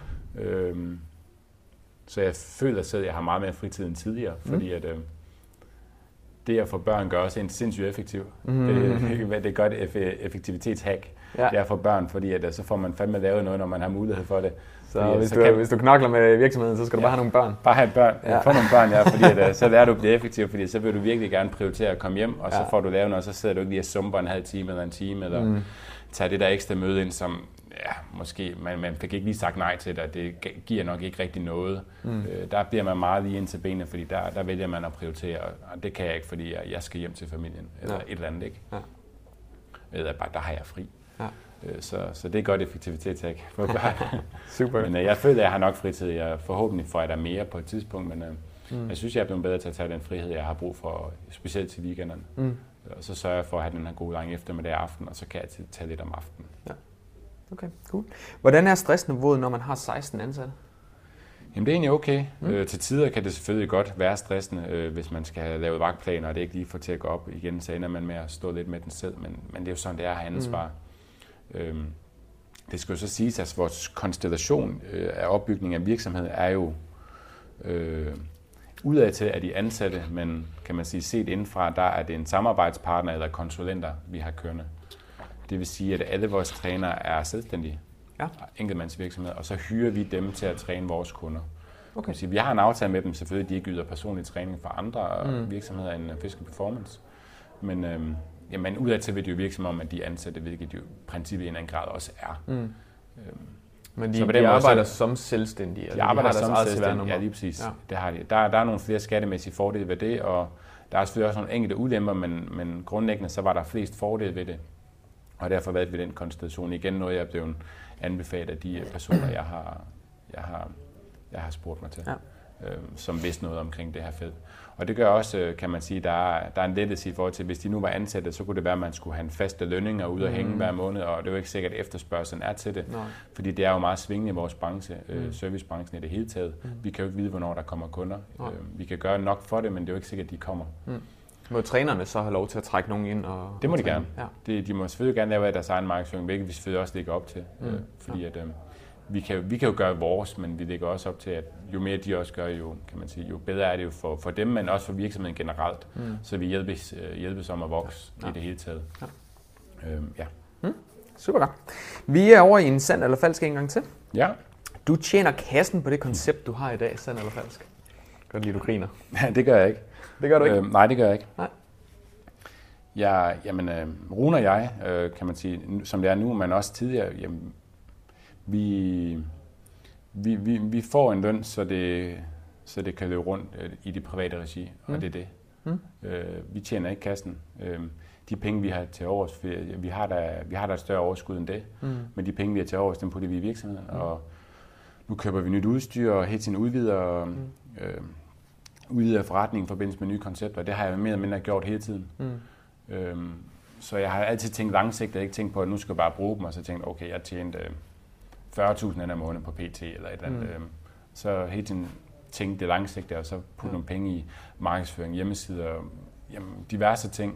Så jeg føler selv, at jeg har meget mere fritid end tidligere, fordi at det at få børn gør også en sindssygt effektiv. Det er godt effektivitetshack. Ja. Det er for børn, fordi at, så får man fandme lavet noget, når man har mulighed for det. Så hvis du knokler med virksomheden, så skal du bare have nogle børn? Bare have børn. Ja. Få nogle børn, fordi at, så lærer du at blive effektiv, fordi så vil du virkelig gerne prioritere at komme hjem, og så får du lavet noget, og så sidder du ikke lige og sumper en halv time eller en time, eller tager det der ekstra møde ind, som måske man fik ikke lige sagt nej til det, og det giver nok ikke rigtig noget. Der bliver man meget lige ind til benene, fordi der vælger man at prioritere, og det kan jeg ikke, fordi jeg skal hjem til familien, eller et eller andet, ikke? Ja. Eller bare, der har jeg fri. Ja. Så det er godt effektivitetshack for børn. Super. Men jeg føler, at jeg har nok fritid. Forhåbentlig får jeg der mere på et tidspunkt, men jeg synes, jeg er blevet bedre til at tage den frihed, jeg har brug for, specielt til weekenderne. Og så sørger jeg for at have den her gode lange eftermiddag aften, og så kan jeg tage lidt om aftenen. Ja. Okay, cool. Hvordan er stressniveauet, når man har 16 ansatte? Jamen det er egentlig okay. Til tider kan det selvfølgelig godt være stressende, hvis man skal have lavet vagtplaner, og det ikke lige får til at gå op igen, så ender man med at stå lidt med den selv, men det er jo sådan, det er at have ansvar. Det skal jo så siges, at vores konstellation af opbygning af virksomhed er jo udad til, at de ansatte, men kan man sige set indenfra, der er det en samarbejdspartner eller konsulenter, vi har kørende. Det vil sige, at alle vores trænere er selvstændige, enkeltmandsvirksomheder, og så hyrer vi dem til at træne vores kunder. Okay. Vi har en aftale med dem, selvfølgelig de ikke yder personlig træning for andre virksomheder end Fisker Performance, men udad til vil det jo virke som om, at de ansatte, hvilket jo i princippet i en anden grad også er. Men de arbejder som selvstændige? De arbejder som selvstændige, ja lige præcis. Ja. Det har de. Der er nogle flere skattemæssige fordele ved det, og der er selvfølgelig også nogle enkelte ulemper, men grundlæggende så var der flest fordele ved det. Og derfor valgte vi den konstellation. Igen noget, jeg er blevet anbefalet af de personer, jeg har spurgt mig til, som vidste noget omkring det her felt. Og det gør også, kan man sige, der er en lettelse i forhold til, hvis de nu var ansatte, så kunne det være, at man skulle have en faste lønning og ud og hænge hver måned, og det er jo ikke sikkert, at efterspørgselen er til det. Nej. Fordi det er jo meget svingende i vores branche, servicebranchen i det hele taget. Vi kan jo ikke vide, hvornår der kommer kunder. Vi kan gøre nok for det, men det er jo ikke sikkert, at de kommer. Må trænerne så have lov til at trække nogen ind? Det må de gerne. Ja. De må selvfølgelig gerne lave af deres egen markedsføring, hvilket vi selvfølgelig også lægger op til. Fordi at, vi kan jo gøre vores, men vi lægger også op til, at jo mere de også gør, jo, kan man sige, jo bedre er det jo for dem, men også for virksomheden generelt. Så vi hjælpes om at vokse i det hele taget. Super godt. Vi er over i en sand eller falsk en gang til. Ja. Du tjener kassen på det koncept, du har i dag, sand eller falsk. Godt lide, du griner. Ja, det gør jeg ikke. Det gør du ikke? Nej, det gør jeg ikke. Nej. Rune og jeg, kan man sige, som det er nu, men også tidligere, jamen, vi får en løn, så det kan løbe rundt i det private regi, og det er det. Vi tjener ikke kassen. De penge, vi har til overs, vi har der et større overskud end det, men de penge, vi har til overs, dem putter vi i virksomheden, og nu køber vi nyt udstyr, og hele tiden udvider forretningen i forbindelse med nye koncepter, og det har jeg mere eller mindre gjort hele tiden. Så jeg har altid tænkt langsigtet, ikke tænkt på, at nu skal jeg bare bruge dem, og så tænkt, okay, jeg tjente 40.000 den måned på PT eller et eller andet. Så hele tiden tænkte det langsigtet, og så putte nogle penge i markedsføring, hjemmesider, diverse ting.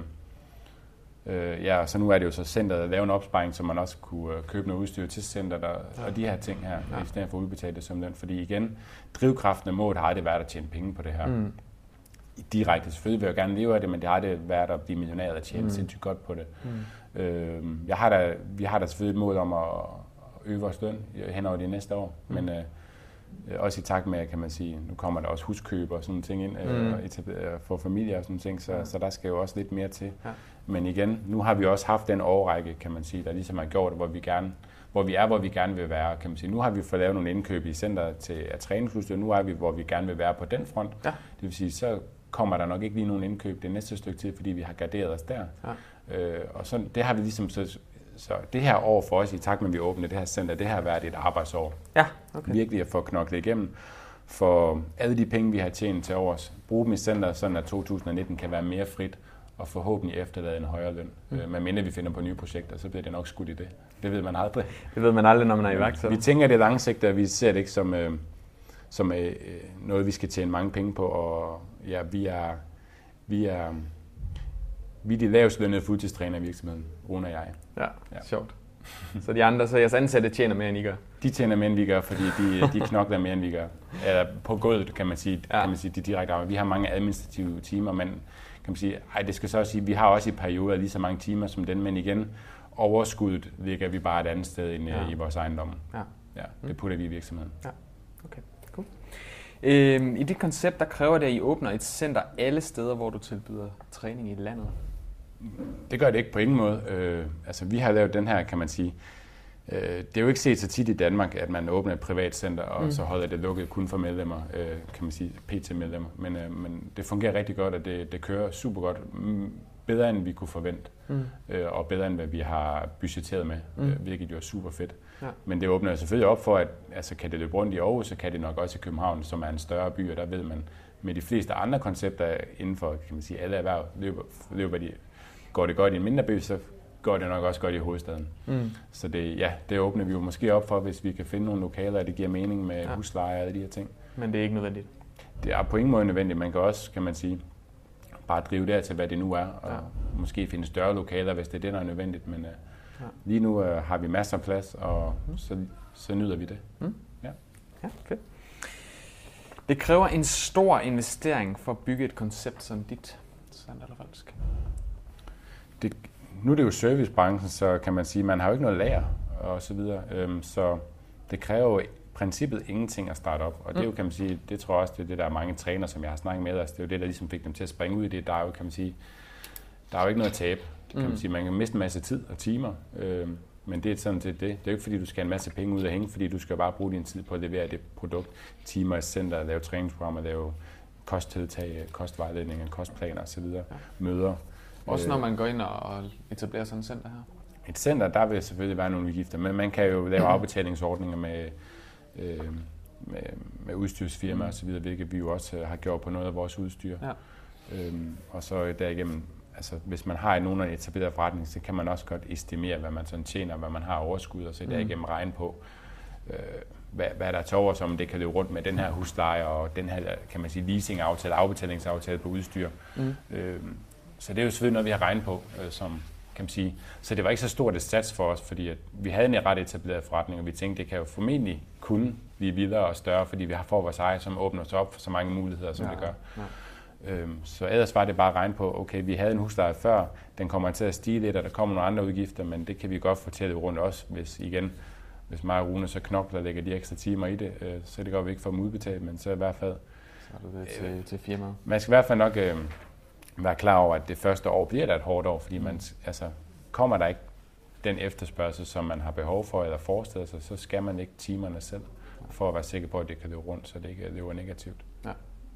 Så nu er det jo så centret at lave en opsparing, så man også kunne købe noget udstyr til centret og de her ting her, i stedet for at udbetale det som løn. Fordi igen, drivkraften af målet har aldrig været at tjene penge på det her. Direkte selvfølgelig vil jeg gerne leve af det, men det har aldrig været at blive millionær eller tjene sindssygt godt på det. Vi har da selvfølgelig et mål om at øge vores løn hen over de næste år, men også i takt med, kan man sige, nu kommer der også huskøb og sådan ting ind, for familier og sådan ting, så der skal jo også lidt mere til. Ja. Men igen, nu har vi også haft den årrække, kan man sige, der ligesom har gjort det, hvor vi gerne hvor vi gerne vil være, kan man sige. Nu har vi fået lavet nogle indkøb i center til at træningsudstyr, nu er vi, hvor vi gerne vil være på den front. Ja. Det vil sige, så kommer der nok ikke lige nogen indkøb det næste stykke tid, fordi vi har garderet os der. Ja. Og så det har vi ligesom så det her år for os, i takt med at vi åbner det her center, det har været et arbejdsår. Ja, okay. Virkelig at få knoklet igennem. For alle de penge, vi har tjent til års, bruge dem i center, sådan at 2019 kan være mere frit, og forhåbentlig efterlade en højere løn. Men mindre vi finder på nye projekter, så bliver det nok skudt i det. Det ved man aldrig. Det ved man aldrig, når man er iværksætter. Vi tænker det langsigtet, og vi ser det ikke som noget, vi skal tjene mange penge på. Og ja, vi er de lavest lønnede fuldtidstræner i virksomheden, Rune og jeg. Ja, sjovt. Så de andre, så jeres ansatte tjener mere, end I gør? De tjener mere, end vi gør, fordi de knokler mere, end vi gør. Eller på gulvet, kan man sige, de direkte arbejde. Vi har mange administrative timer, men kan man sige, det skal så også sige, vi har også i perioder lige så mange timer som den, men igen, overskuddet ligger vi bare et andet sted end i vores ejendom. Ja, det putter vi i virksomheden. Ja, okay, cool. I det koncept, der kræver det, at I åbner et center alle steder, hvor du tilbyder træning i landet? Det gør det ikke på ingen måde. Altså, vi har lavet den her, kan man sige. Det er jo ikke set så tit i Danmark, at man åbner et privat center, og så holder det lukket kun for medlemmer, kan man sige, PT-medlemmer. Men det fungerer rigtig godt, og det kører super godt. Bedre, end vi kunne forvente, og bedre, end hvad vi har budgetteret med, hvilket jo er super fedt. Ja. Men det åbner selvfølgelig op for, at altså, kan det løbe rundt i Aarhus, så kan det nok også i København, som er en større by, og der ved man, med de fleste andre koncepter inden for, kan man sige, alle erhverv, går det godt i en mindre by, så går det nok også godt i hovedstaden. Så det åbner vi jo måske op for, hvis vi kan finde nogle lokaler, det giver mening med husleje og alle de her ting. Men det er ikke nødvendigt? Det er på ingen måde nødvendigt. Man kan også, kan man sige, bare drive der til, hvad det nu er, og måske finde større lokaler, hvis det er det, der er nødvendigt. Men lige nu har vi masser af plads, og så nyder vi det. Ja, fedt. Det kræver en stor investering for at bygge et koncept som dit. Sandt eller falsk? Nu er det jo servicebranchen, så kan man sige, man har jo ikke noget lager og så videre. Så det kræver jo i princippet ingenting at starte op. Og det er jo, kan man sige, det tror jeg også, det er det, der er mange træner, som jeg har snakket med. Altså, det er jo det, der ligesom fik dem til at springe ud i det. Der er jo, kan man sige, der er jo ikke noget tab. Det kan man sige, man kan miste en masse tid og timer. Men det er sådan set det. Det er jo ikke, fordi du skal have en masse penge ud af hænge, fordi du skal bare bruge din tid på at levere det produkt. Timer i center, lave træningsprogrammer, lave kosttiltag, kostvejledninger, kostplaner osv. Møder. Også når man går ind og etablerer sådan et center her? Et center, der vil selvfølgelig være nogle udgifter, men man kan jo lave afbetalingsordninger med udstyrsfirmaer osv., hvilket vi jo også har gjort på noget af vores udstyr. Ja. Og så derigennem, altså hvis man har nogen etableret forretning, så kan man også godt estimere, hvad man sådan tjener, hvad man har overskud, og så derigennem regne på, hvad der tager over, som det kan løbe rundt med den her husleje og den her, kan man sige, leasingaftale, afbetalingsaftale på udstyr. Så det er jo selvfølgelig noget, vi har regnet på, som kan man sige. Så det var ikke så stort et sats for os, fordi at vi havde en ret etableret forretning, og vi tænkte, det kan jo formentlig kunne blive videre og større, fordi vi har for vores eget, som åbner sig op for så mange muligheder, som det gør. Ja. Så ellers var det bare at regne på, okay, vi havde en husleje før, den kommer til at stige lidt, og der kommer nogle andre udgifter, men det kan vi godt fortælle rundt også, hvis mig og Rune så knokler og lægger de ekstra timer i det, så det går vi ikke for dem udbetalt, men så i hvert fald... Så er det til firmaet. Man skal i hvert fald nok være klar over, at det første år bliver der et hårdt år, fordi man, altså, kommer der ikke den efterspørgsel, som man har behov for eller forestiller sig, så skal man ikke timerne selv, for at være sikker på, at det kan løbe rundt, så det ikke løber negativt. Ja.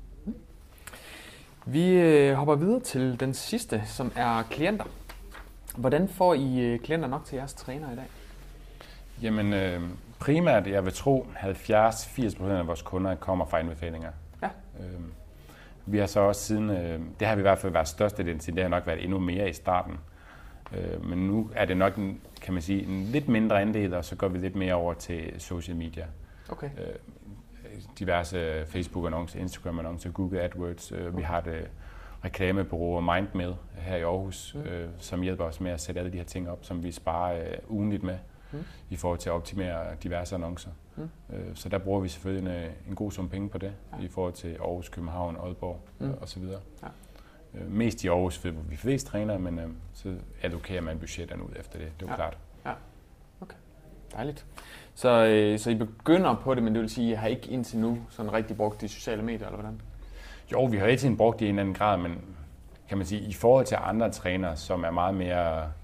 Vi hopper videre til den sidste, som er klienter. Hvordan får I klienter nok til jeres træner i dag? Jamen, primært, jeg vil tro, 70-80% af vores kunder kommer fra anbefalinger. Ja. Vi har så også siden, det har vi i hvert fald været størstedelen til, det har nok været endnu mere i starten. Men nu er det nok, kan man sige, en lidt mindre andel, og så går vi lidt mere over til social media. Okay. Diverse Facebook-annoncer, Instagram-annoncer, Google AdWords. Vi har et reklamebureau MindMill her i Aarhus, som hjælper os med at sætte alle de her ting op, som vi sparer ugenligt med i forhold til at optimere diverse annoncer. Så der bruger vi selvfølgelig en god sum penge på det, i forhold til Aarhus, København, Aalborg osv. Ja. Mest i Aarhus, hvor vi flest træner, men så allokerer man budgetterne ud efter det. Det er jo klart. Ja. Okay. Dejligt. Så I begynder på det, men det vil sige, at I har ikke indtil nu sådan rigtig brugt de sociale medier, eller hvordan? Jo, vi har hele tiden brugt det i en anden grad, men kan man sige, i forhold til andre trænere, som er meget mere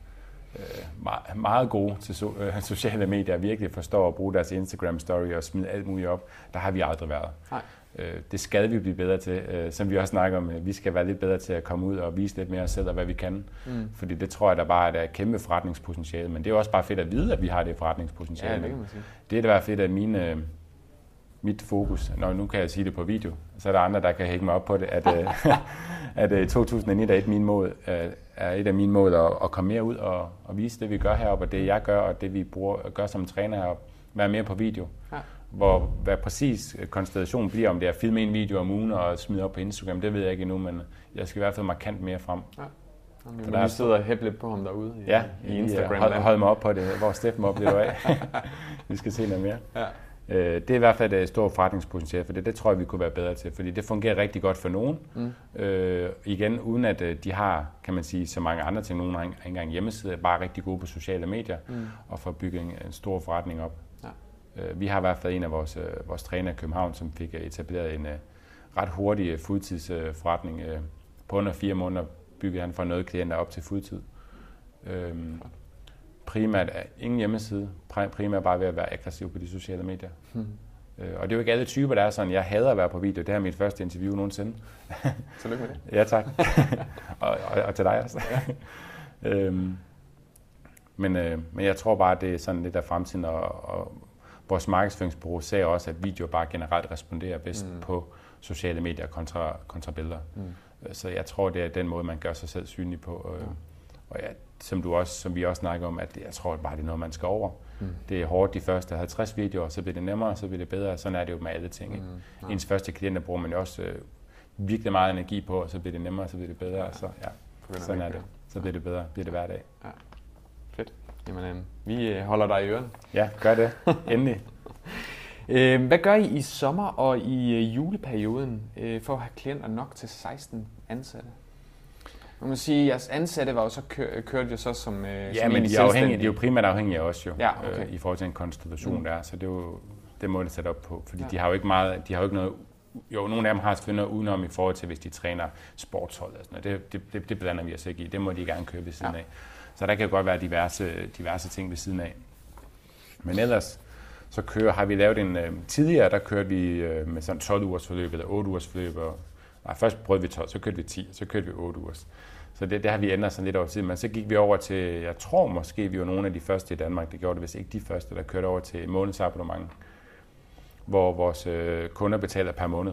meget gode til sociale medier, virkelig forstår at bruge deres Instagram-story og smide alt muligt op. Der har vi aldrig været. Nej. Det skal vi blive bedre til. Som vi også snakker om, vi skal være lidt bedre til at komme ud og vise lidt mere os selv og hvad vi kan. Fordi det tror jeg, der bare er et kæmpe forretningspotentiale. Men det er også bare fedt at vide, at vi har det forretningspotentiale. Ja, det kan man sige. Det er da bare fedt, at mit fokus, nu kan jeg sige det på video, så er der andre, der kan hække mig op på det, at 2009 er et af mine mål at komme mere ud og vise det, vi gør heroppe, og det jeg gør, og det vi gør som træner heroppe, være mere på video. Ja. Hvad præcis konstellationen bliver, om det er at filme en video om ugen og smide op på Instagram, det ved jeg ikke endnu, men jeg skal i hvert fald markant mere frem. Ja. For der sidder og hæppe lidt på ham derude i Instagram. Hold mig op på det, hvor Steffen oplever af. Vi skal se noget mere. Ja. Det er i hvert fald et stort forretningspotentiale, for det tror jeg, vi kunne være bedre til, fordi det fungerer rigtig godt for nogen. Igen, uden at de har, kan man sige, så mange andre ting. Nogen har ikke engang hjemmeside, bare rigtig gode på sociale medier og får bygget en stor forretning op. Ja. Vi har i hvert fald en af vores træner i København, som fik etableret en ret hurtig fuldtidsforretning. På under 4 måneder byggede han for noget klienter op til fuldtid. Primært ingen hjemmeside, primært bare ved at være aggressiv på de sociale medier. Og det er jo ikke alle typer, der er sådan, jeg hader at være på video. Det her er mit første interview nogensinde. Tillykke med det. Ja, tak. og til dig også. Ja. Men jeg tror bare, det er sådan lidt af fremtiden, og vores markedsføringsbureau ser også, at video bare generelt responderer bedst på sociale medier kontra billeder. Så jeg tror, det er den måde, man gør sig selv synlig på. Og ja, som vi også snakker om, at jeg tror bare, det er noget, man skal over. Det er hårdt de første 50 videoer, så bliver det nemmere, så bliver det bedre. Sådan er det jo med alle ting. Ens første klienter bruger man jo også virkelig meget energi på, og så bliver det nemmere, så bliver det bedre. Så sådan er det. Så bliver det bedre, bliver det hver dag. Ja. Fedt. Jamen, vi holder dig i ørerne. Ja, gør det. Endelig. Hvad gør I i sommer og i juleperioden for at have klienter nok til 16 ansatte? Man må sige, at jeres ansatte var jo så kørt jo så som men de er jo primært afhængige af os jo, okay. I forhold til en konstellation der, så det er jo det må det sætte op på, fordi de har jo ikke meget, de har jo ikke noget, jo nogle af dem har selvfølgelig noget udenom i forhold til, hvis de træner sportshold og sådan noget, det blander vi os ikke i, det må de gerne køre ved siden af. Så der kan jo godt være diverse ting ved siden af. Men ellers så har vi lavet tidligere, der kørte vi med sådan 12 ugers forløb eller 8 ugers forløb. Først prøvede vi 12, så kørte vi 10, så kørte vi 8 ugers. Så det har vi ændret sådan lidt over tid. Men så gik vi over til, jeg tror måske, vi var nogle af de første i Danmark, det gjorde det, hvis ikke de første, der kørte over til månedsabonnement, hvor vores kunder betaler per måned.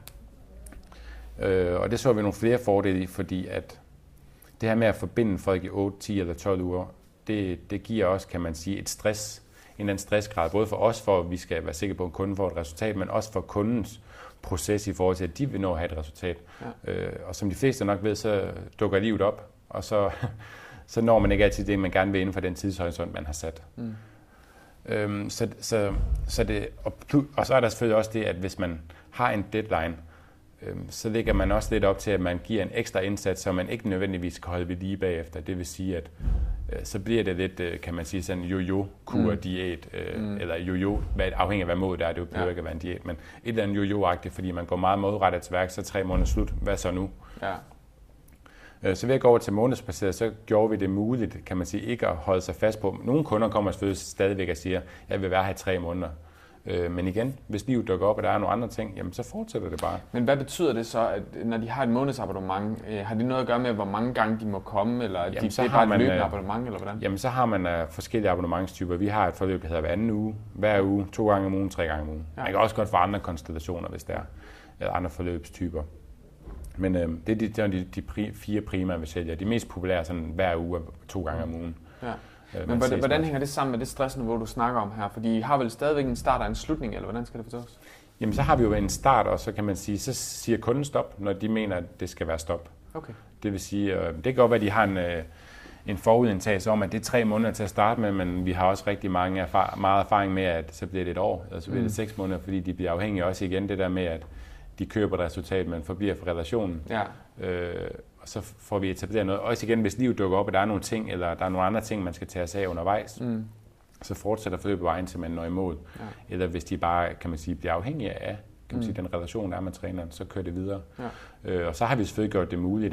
Ja. Og det så vi nogle flere fordele i, fordi at det her med at forbinde folk i 8, 10 eller 12 uger, det giver også, kan man sige, en eller anden stressgrad, både for os, for at vi skal være sikre på, at kunden får et resultat, men også for kundens proces i forhold til, at de vil nå at have et resultat. Ja. Og som de fleste nok ved, så dukker livet op, og så når man ikke altid det, man gerne vil inden for den tidshorisont, man har sat. Og så er der selvfølgelig også det, at hvis man har en deadline, så lægger man også lidt op til, at man giver en ekstra indsats, så man ikke nødvendigvis skal holde ved lige bagefter. Det vil sige, at så bliver det lidt, kan man sige, sådan jo-jo-kur-diæt, eller jo-jo, afhængig af hvad målet er, det behøver ikke at være en diæt, men et eller andet jo-jo-agtigt, fordi man går meget målrettet til værk, så 3 måneder slut, hvad så nu? Ja. Så ved at gå over til månedsbaseret, så gjorde vi det muligt, kan man sige, ikke at holde sig fast på. Nogle kunder kommer selvfølgelig stadigvæk og siger, jeg vil være her i 3 måneder. Men igen, hvis livet dukker op, og der er nogle andre ting, jamen så fortsætter det bare. Men hvad betyder det så, at når de har et månedsabonnement, har det noget at gøre med, hvor mange gange de må komme, eller jamen, det er bare et løbende abonnement, eller hvordan? Jamen så har man forskellige abonnementstyper. Vi har et forløb, der hedder hver anden uge, hver uge, 2 gange om ugen, 3 gange om ugen. Ja. Man kan også godt få andre konstellationer, hvis der er, eller andre forløbstyper. Men det er de 4 primære, vi sælger. De mest populære er sådan hver uge, 2 gange om ugen. Ja. Men hvordan hænger det sammen med det stressniveau, du snakker om her? Fordi I har vel stadigvæk en start og en slutning, eller hvordan skal det forstås? Jamen, så har vi jo en start, og så kan man sige, så siger kunden stop, når de mener, at det skal være stop. Okay. Det vil sige, det kan godt være, at de har en forudindtagelse om, at det er 3 måneder til at starte med, men vi har også rigtig meget erfaring med, at så bliver det 1 år, eller så bliver det 6 måneder, fordi de bliver afhængige også igen det der med, at de køber et resultat, men forbliver for relationen. Ja. Og så får vi etableret noget. Også igen, hvis livet dukker op, og der er nogle ting, eller der er nogle andre ting, man skal tage sig af undervejs, så fortsætter forløbet vejen til man når i mål. Ja. Eller hvis de bare, kan man sige, bliver afhængige af den relation, der er med træneren, så kører det videre. Ja. Og så har vi selvfølgelig gjort det muligt, at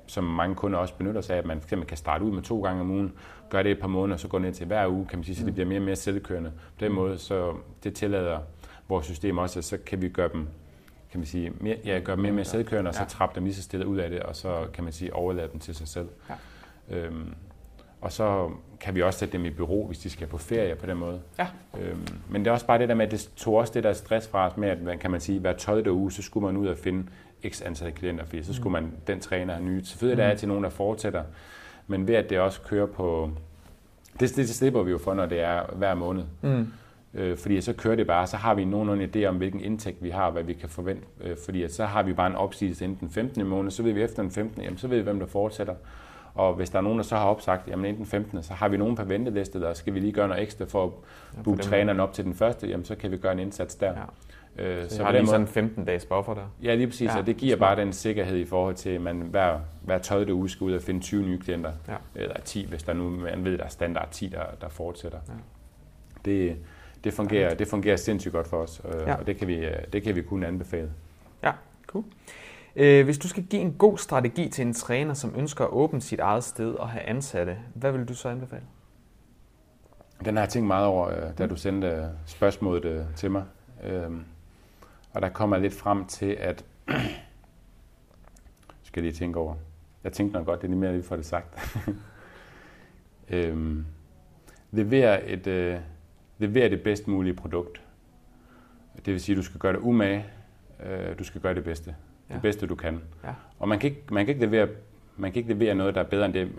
som mange kunder også benytter sig af, at man fx kan starte ud med 2 gange om ugen, gøre det et par måneder, og så gå ned til hver uge, kan man sige, så det bliver mere og mere selvkørende. På den måde, så det tillader vores system også, så kan vi gøre dem, kan man sige, gøre dem mere og mere selvkørende, og så trappe dem lige så stille ud af det, og så kan man sige, overlade dem til sig selv. Ja. Og så kan vi også sætte dem i bureau, hvis de skal på ferie på den måde. Ja. Men det er også bare det der med, at det tog også det der stress fra os med, at kan man sige, hver 12. uge, så skulle man ud og finde x antal klienter, fordi så skulle man den træner have nye. Selvfølgelig er det til nogen, der fortsætter, men ved at det også kører på... Det slipper vi jo for, når det er hver måned. Fordi så kører det bare, så har vi nogenlunde idé om, hvilken indtægt vi har, og hvad vi kan forvente. Fordi så har vi bare en opsigelse inden den 15. måned, så ved vi efter den 15. Jamen, så ved vi, hvem der fortsætter. Og hvis der er nogen, der så har opsagt, jamen inden den 15. så har vi nogen på venteliste, der skal vi lige gøre noget ekstra for at booke træneren op til den første, jamen så kan vi gøre en indsats der. Ja. Så har det sådan en 15-dages buffer der? Ja, lige præcis, og det giver bare den sikkerhed i forhold til, at man hver 12. uge skal ud og finde 20 nye klienter, eller 10, hvis der nu, man ved, der er standard 10, der fortsætter. Ja. Det fungerer sindssygt godt for os, og det kan vi kun anbefale. Ja, cool. Hvis du skal give en god strategi til en træner, som ønsker at åbne sit eget sted og have ansatte, hvad vil du så anbefale? Den har jeg tænkt meget over, da du sendte spørgsmålet til mig. Og der kommer lidt frem til, at... skal jeg lige tænke over. Jeg tænkte nok godt, det er lige mere lige for det sagt. Lever det bedst mulige produkt. Det vil sige, at du skal gøre det umage. Du skal gøre det bedste. Det bedste, du kan. Ja. Og man kan ikke levere noget, der er bedre end det.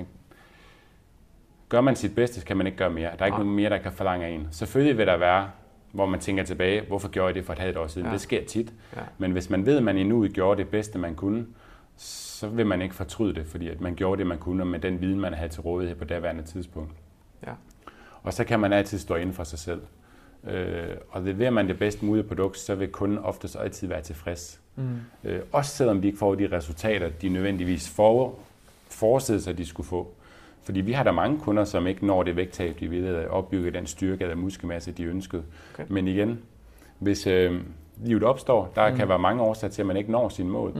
Gør man sit bedste, kan man ikke gøre mere. Der er ikke noget mere, der kan forlange af en. Selvfølgelig vil der være, hvor man tænker tilbage, hvorfor gjorde jeg det for et halvt år siden? Ja. Det sker tit. Ja. Men hvis man ved, at man endnu gjorde det bedste, man kunne, så vil man ikke fortryde det, fordi at man gjorde det, man kunne, med den viden, man havde til rådighed på daværende tidspunkt. Ja. Og så kan man altid stå inden for sig selv. Og leverer man det bedst mulige produkt, så vil kunden oftest altid være tilfreds. Også selvom de ikke får de resultater, de nødvendigvis forestillede sig, de skulle få. Fordi vi har der mange kunder, som ikke når det vægttab, de ville opbygge den styrke eller muskelmasse, de ønskede. Okay. Men igen, hvis livet opstår, der kan være mange årsager til, at man ikke når sine mål.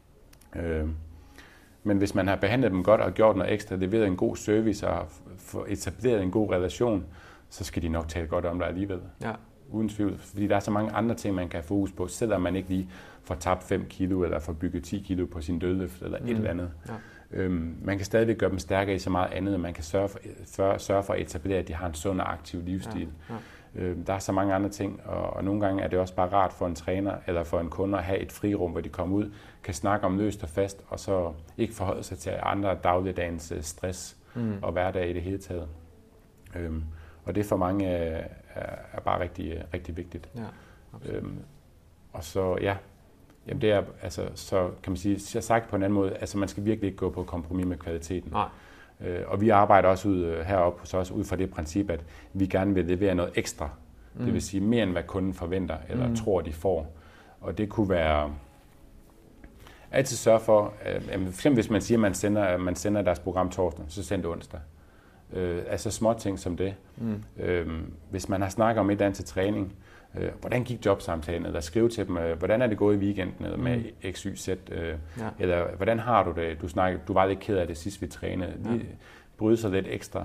Men hvis man har behandlet dem godt og gjort noget ekstra, leveret en god service og etableret en god relation, så skal de nok tale godt om dig alligevel. Ja. Uden tvivl. Fordi der er så mange andre ting, man kan fokus på, selvom man ikke lige får tabt 5 kilo eller får bygget 10 kilo på sin dødløft eller et eller andet. Ja. Man kan stadigvæk gøre dem stærkere i så meget andet, og man kan sørge for at etablere, at de har en sund og aktiv livsstil. Ja. Ja. Der er så mange andre ting, og nogle gange er det også bare rart for en træner eller for en kunde at have et frirum, hvor de kommer ud, kan snakke om løst og fast, og så ikke forholde sig til andre dagligdagens stress og hverdag i det hele taget. Og det for mange er bare rigtig, rigtig vigtigt. Ja, og så jamen det er altså, så kan man sige, jeg sagt på en anden måde, altså man skal virkelig ikke gå på kompromis med kvaliteten. Nej. Og vi arbejder også ud heroppe hos os ud fra det princip, at vi gerne vil levere noget ekstra. Det vil sige mere end hvad kunden forventer eller tror de får. Og det kunne være altid sørge for, for eksempel hvis man siger, at man sender deres program torsdag, så send det onsdag. Altså små ting som det. Hvis man har snakket om et eller andet til træning, hvordan gik jobsamtalen, eller skrive til dem, hvordan er det gået i weekenden, eller med X, Y, Z, eller hvordan har du det? Du var lidt ked af det sidst vi trænede. Lige bryde sig lidt ekstra.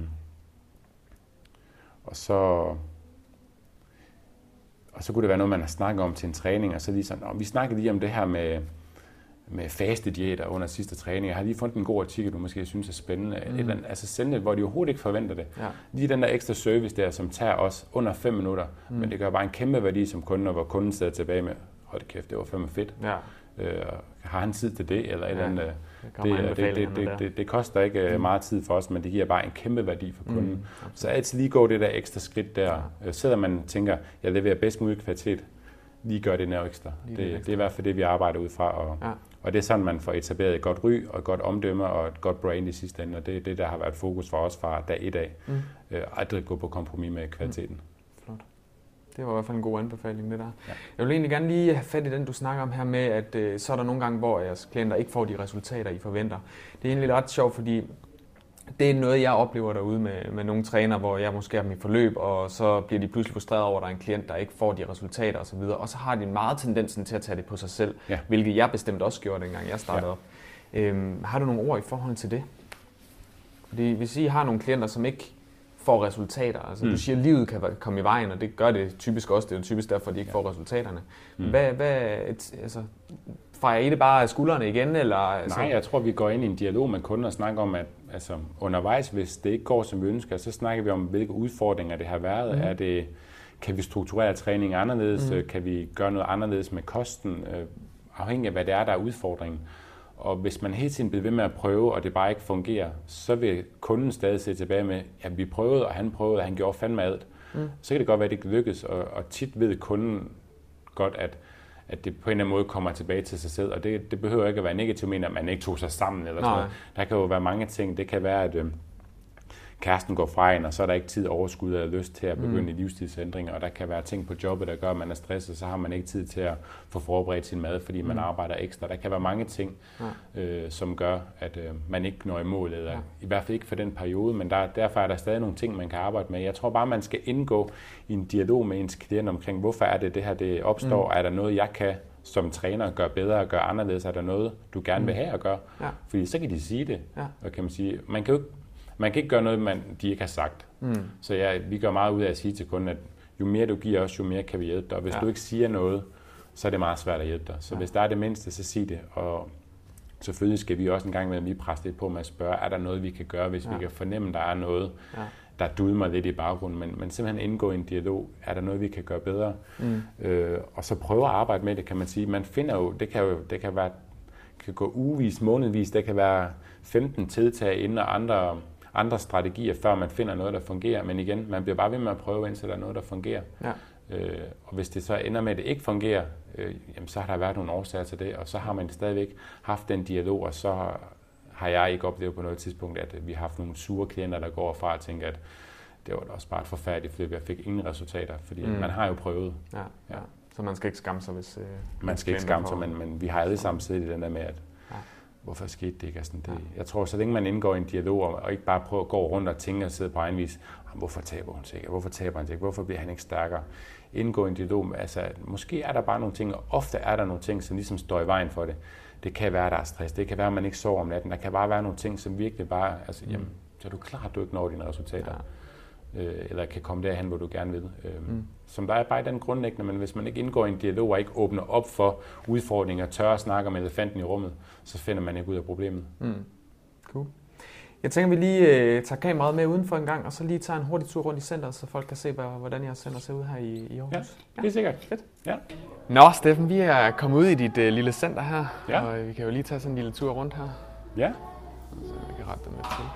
Og så kunne det være noget, man har snakket om til en træning, og så lige sådan, vi snakkede lige om det her med faste diæter under sidste træning. Jeg har lige fundet en god artikel, du måske synes er spændende. Altså sende det, hvor de overhovedet ikke forventer det. Ja. Lige den der ekstra service der, som tager os under 5 minutter, men det gør bare en kæmpe værdi som kunde, hvor kunden sidder tilbage med, hold kæft, det var fandme fedt. Ja. Har han tid til det, eller et eller andet. Det koster ikke meget tid for os, men det giver bare en kæmpe værdi for kunden. Så altid lige gå det der ekstra skridt der. Selvom man tænker, jeg leverer bedst mulig kvalitet, lige gør det ekstra. Det er i hvert fald det, vi arbejder ud fra. Og det er sådan, man får etableret et godt ry og et godt omdømme og et godt brand i sidste ende. Og det er det, der har været fokus for os fra dag 1 af. Aldrig gå på kompromis med kvaliteten. Flot. Det var i hvert fald en god anbefaling, det der. Ja. Jeg vil egentlig gerne lige have fat i den, du snakker om her med, at så er der nogle gange, hvor jeres klienter ikke får de resultater, I forventer. Det er egentlig ret sjovt, fordi det er noget, jeg oplever derude med nogle trænere, hvor jeg måske har dem i forløb, og så bliver de pludselig frustreret over, at der er en klient, der ikke får de resultater osv. Og så har de meget tendensen til at tage det på sig selv, hvilket jeg bestemt også gjorde, dengang jeg startede op. Har du nogle ord i forhold til det? Fordi hvis I har nogle klienter, som ikke får resultater, altså du siger, at livet kan komme i vejen, og det gør det typisk også, det er jo typisk derfor, de ikke får resultaterne. Altså, fejrer I det bare af skuldrene igen? Eller, altså? Nej, jeg tror, vi går ind i en dialog med kunden og snakker om, at undervejs, hvis det ikke går, som vi ønsker, så snakker vi om, hvilke udfordringer det har været. Kan vi strukturere træning anderledes? Kan vi gøre noget anderledes med kosten? Afhængig af, hvad det er, der er udfordringen. Og hvis man hele tiden bliver ved med at prøve, og det bare ikke fungerer, så vil kunden stadig se tilbage med, at vi prøvede, og han prøvede, og han gjorde fandme alt. Så kan det godt være, at det ikke lykkes, og tit ved kunden godt, at det på en eller anden måde kommer tilbage til sig selv. Og det behøver ikke at være negativt, men at man ikke tog sig sammen. Eller sådan noget. Der kan jo være mange ting. Det kan være, at kæresten går fra en, og så er der ikke tid, overskud eller lyst til at begynde i livsstilsændringer, og der kan være ting på jobbet, der gør, at man er stresset, så har man ikke tid til at få forberedt sin mad, fordi man arbejder ekstra. Der kan være mange ting, som gør, at man ikke når i mål, eller i hvert fald ikke for den periode, men derfor er der stadig nogle ting, man kan arbejde med. Jeg tror bare, man skal indgå i en dialog med ens klient omkring, hvorfor er det her, det opstår? Er der noget, jeg kan som træner gøre bedre og gøre anderledes? Er der noget, du gerne vil have at gøre? Fordi så kan de sige det, og kan man sige, man kan ikke gøre noget, de ikke har sagt. Så vi gør meget ud af at sige til kunden, at jo mere du giver os, jo mere kan vi hjælpe dig. Og hvis du ikke siger noget, så er det meget svært at hjælpe dig. Så hvis der er det mindste, så sig det. Og selvfølgelig skal vi også en gang med lige presse lidt på med at spørge, er der noget, vi kan gøre, hvis vi kan fornemme, der er noget, der dulmer lidt i baggrunden. Men simpelthen indgå i en dialog, er der noget, vi kan gøre bedre? Og så prøve at arbejde med det, kan man sige. Man finder jo, det kan gå ugevis, månedvis, det kan være 15 tiltag inden og andre strategier, før man finder noget, der fungerer. Men igen, man bliver bare ved med at prøve, indtil der er noget, der fungerer. Og hvis det så ender med, at det ikke fungerer, jamen, så har der været nogle årsager til det, og så har man stadigvæk haft den dialog, og så har jeg ikke oplevet på noget tidspunkt, at vi har haft nogle sure klienter, der går fra og tænker, at det var da også bare et forfærdeligt flip, jeg fik ingen resultater, fordi man har jo prøvet. Så man skal ikke skamme sig, hvis man skal ikke skamme sig, men vi har alle sammen siddet i den der med, at hvorfor skete det ikke? Altså, jeg tror, så længe man indgår i en dialog, og ikke bare prøver at gå rundt og tænke og sidde på egen vis, hvorfor taber hun sig ikke? Hvorfor taber han sig ikke? Hvorfor bliver han ikke stærkere? Indgå i en dialog, altså måske er der bare nogle ting, og ofte er der nogle ting, som ligesom står i vejen for det. Det kan være, der er stress, det kan være, at man ikke sover om natten, der kan bare være nogle ting, som virkelig bare, altså jamen, så er du klar, at du ikke når dine resultater. Eller kan komme derhen, hvor du gerne vil. Som der er bare den grundlæggende, men hvis man ikke indgår i en dialog og ikke åbner op for udfordringer, tør at snakke om elefanten i rummet, så finder man ikke ud af problemet. Cool. Jeg tænker, vi lige tager kameraet med udenfor en gang, og så lige tager en hurtig tur rundt i centret, så folk kan se, hvordan jeres center ser ud her i Aarhus. Ja, det er sikkert. Fedt. Ja. Nå, Steffen, vi er kommet ud i dit lille center her, og vi kan jo lige tage sådan en lille tur rundt her. Ja. Så vi kan rette dem lidt til.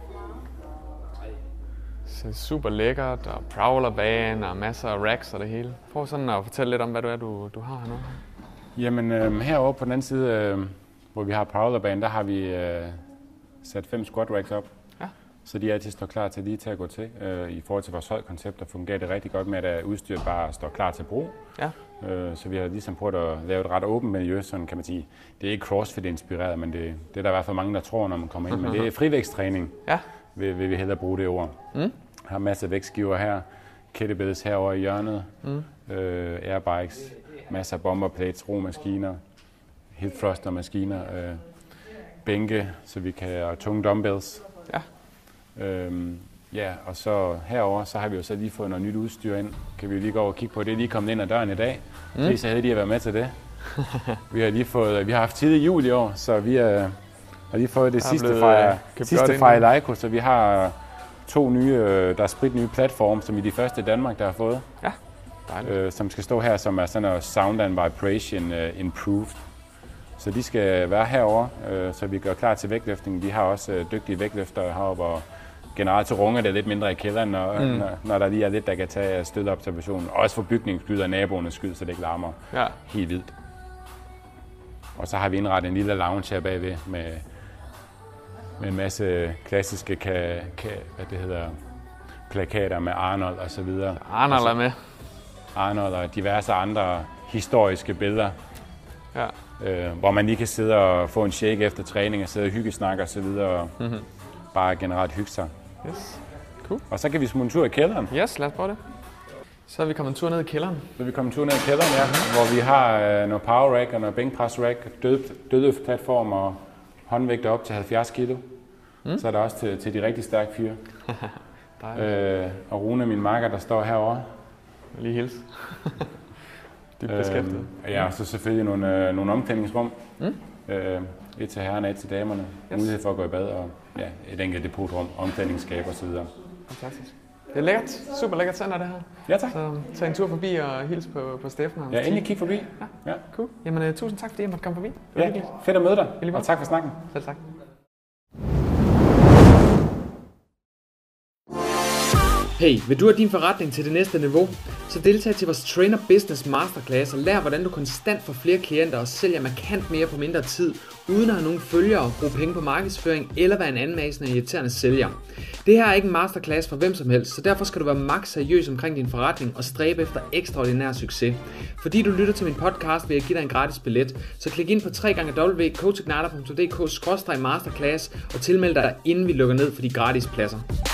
Det er super lækkert, og prowlerbane, og masser af racks og det hele. Prøv sådan at fortælle lidt om, hvad du har hernede. Jamen, herovre på den anden side, hvor vi har prowlerbane, der har vi sat 5 squat racks op. Så de altid står klar til lige til at gå til. I forhold til vores holdkoncept, der fungerer det rigtig godt med, at udstyret bare står klar til brug. Så vi har ligesom prøvet at lave et ret åbent miljø, sådan kan man sige. Det er ikke CrossFit-inspireret, men det er der i hvert fald mange, der tror, når man kommer ind. Men det er frivægtstræning. Vil vi hellere bruge det ord. Har masser af vægtskiver her, kettlebells herovre i hjørnet, airbikes, masser af bomberplates, romaskiner, hip thruster maskiner, bænke, så vi kan og tunge dumbbells. Og så herover så har vi jo så lige fået noget nyt udstyr ind. Kan vi jo lige gå over og kigge på det. Lige kommet ind ad døren i dag. Det er så heldige at være med til det. Vi har haft tidlig jul i år, så vi har lige fået det sidste fra Eleiko, så vi har 2 nye, der er spritnye platforme, som i de første i Danmark, der har fået. Som skal stå her, som er sådan noget sound and vibration improved. Så de skal være herover, så vi gør klar til vægtløftning. Vi har også dygtige vægtløftere heroppe, og generelt så runger det lidt mindre i kælderen, når der lige er lidt, der kan tage stødobservationen. Også for bygningsskyld og naboernes skyld, så det ikke larmer helt vildt. Og så har vi indrettet en lille lounge her bagved med en masse klassiske plakater med Arnold og så videre. Arnold er med. Arnold og diverse andre historiske billeder. Hvor man lige kan sidde og få en shake efter træning og sidde og hyggesnakke og så videre. Bare generelt hygge sig. Cool. Og så kan vi smutte en tur i kælderen. Lad os prøve det. Så er vi kommet en tur ned i kælderen. Hvor vi har noget power rack og noget bænkpres rack, dødløftplatform og håndvægte op til 70 kilo. Så er der også til de rigtig stærke fyre. Og Rune, min makker, der står herovre. Lige hils. Dybt beskæftiget. Ja, og så selvfølgelig nogle omklædningsrum. Et til herrerne, et til damerne. Mulighed for at gå i bad og et enkelt depotrum, omklædningsskab og så videre. Fantastisk. Det er lækkert. Super lækkert center, det her. Ja, tak. Så tag en tur forbi og hils på Steffen. Ja, endelig kig forbi. Ja. Cool. Jamen, tusind tak, fordi jeg måtte komme forbi. Det var fedt at møde dig. Og tak for snakken. Selv tak. Hey, vil du have din forretning til det næste niveau? Så deltag til vores Trainer Business Masterclass og lær, hvordan du konstant får flere klienter og sælger markant mere på mindre tid, uden at have nogen følgere, bruge penge på markedsføring eller være en anmasende og irriterende sælger. Det her er ikke en masterclass for hvem som helst, så derfor skal du være maks seriøs omkring din forretning og stræbe efter ekstraordinær succes. Fordi du lytter til min podcast, vil jeg give dig en gratis billet, så klik ind på www.coachigniter.dk/masterclass og tilmeld dig, inden vi lukker ned for de gratis pladser.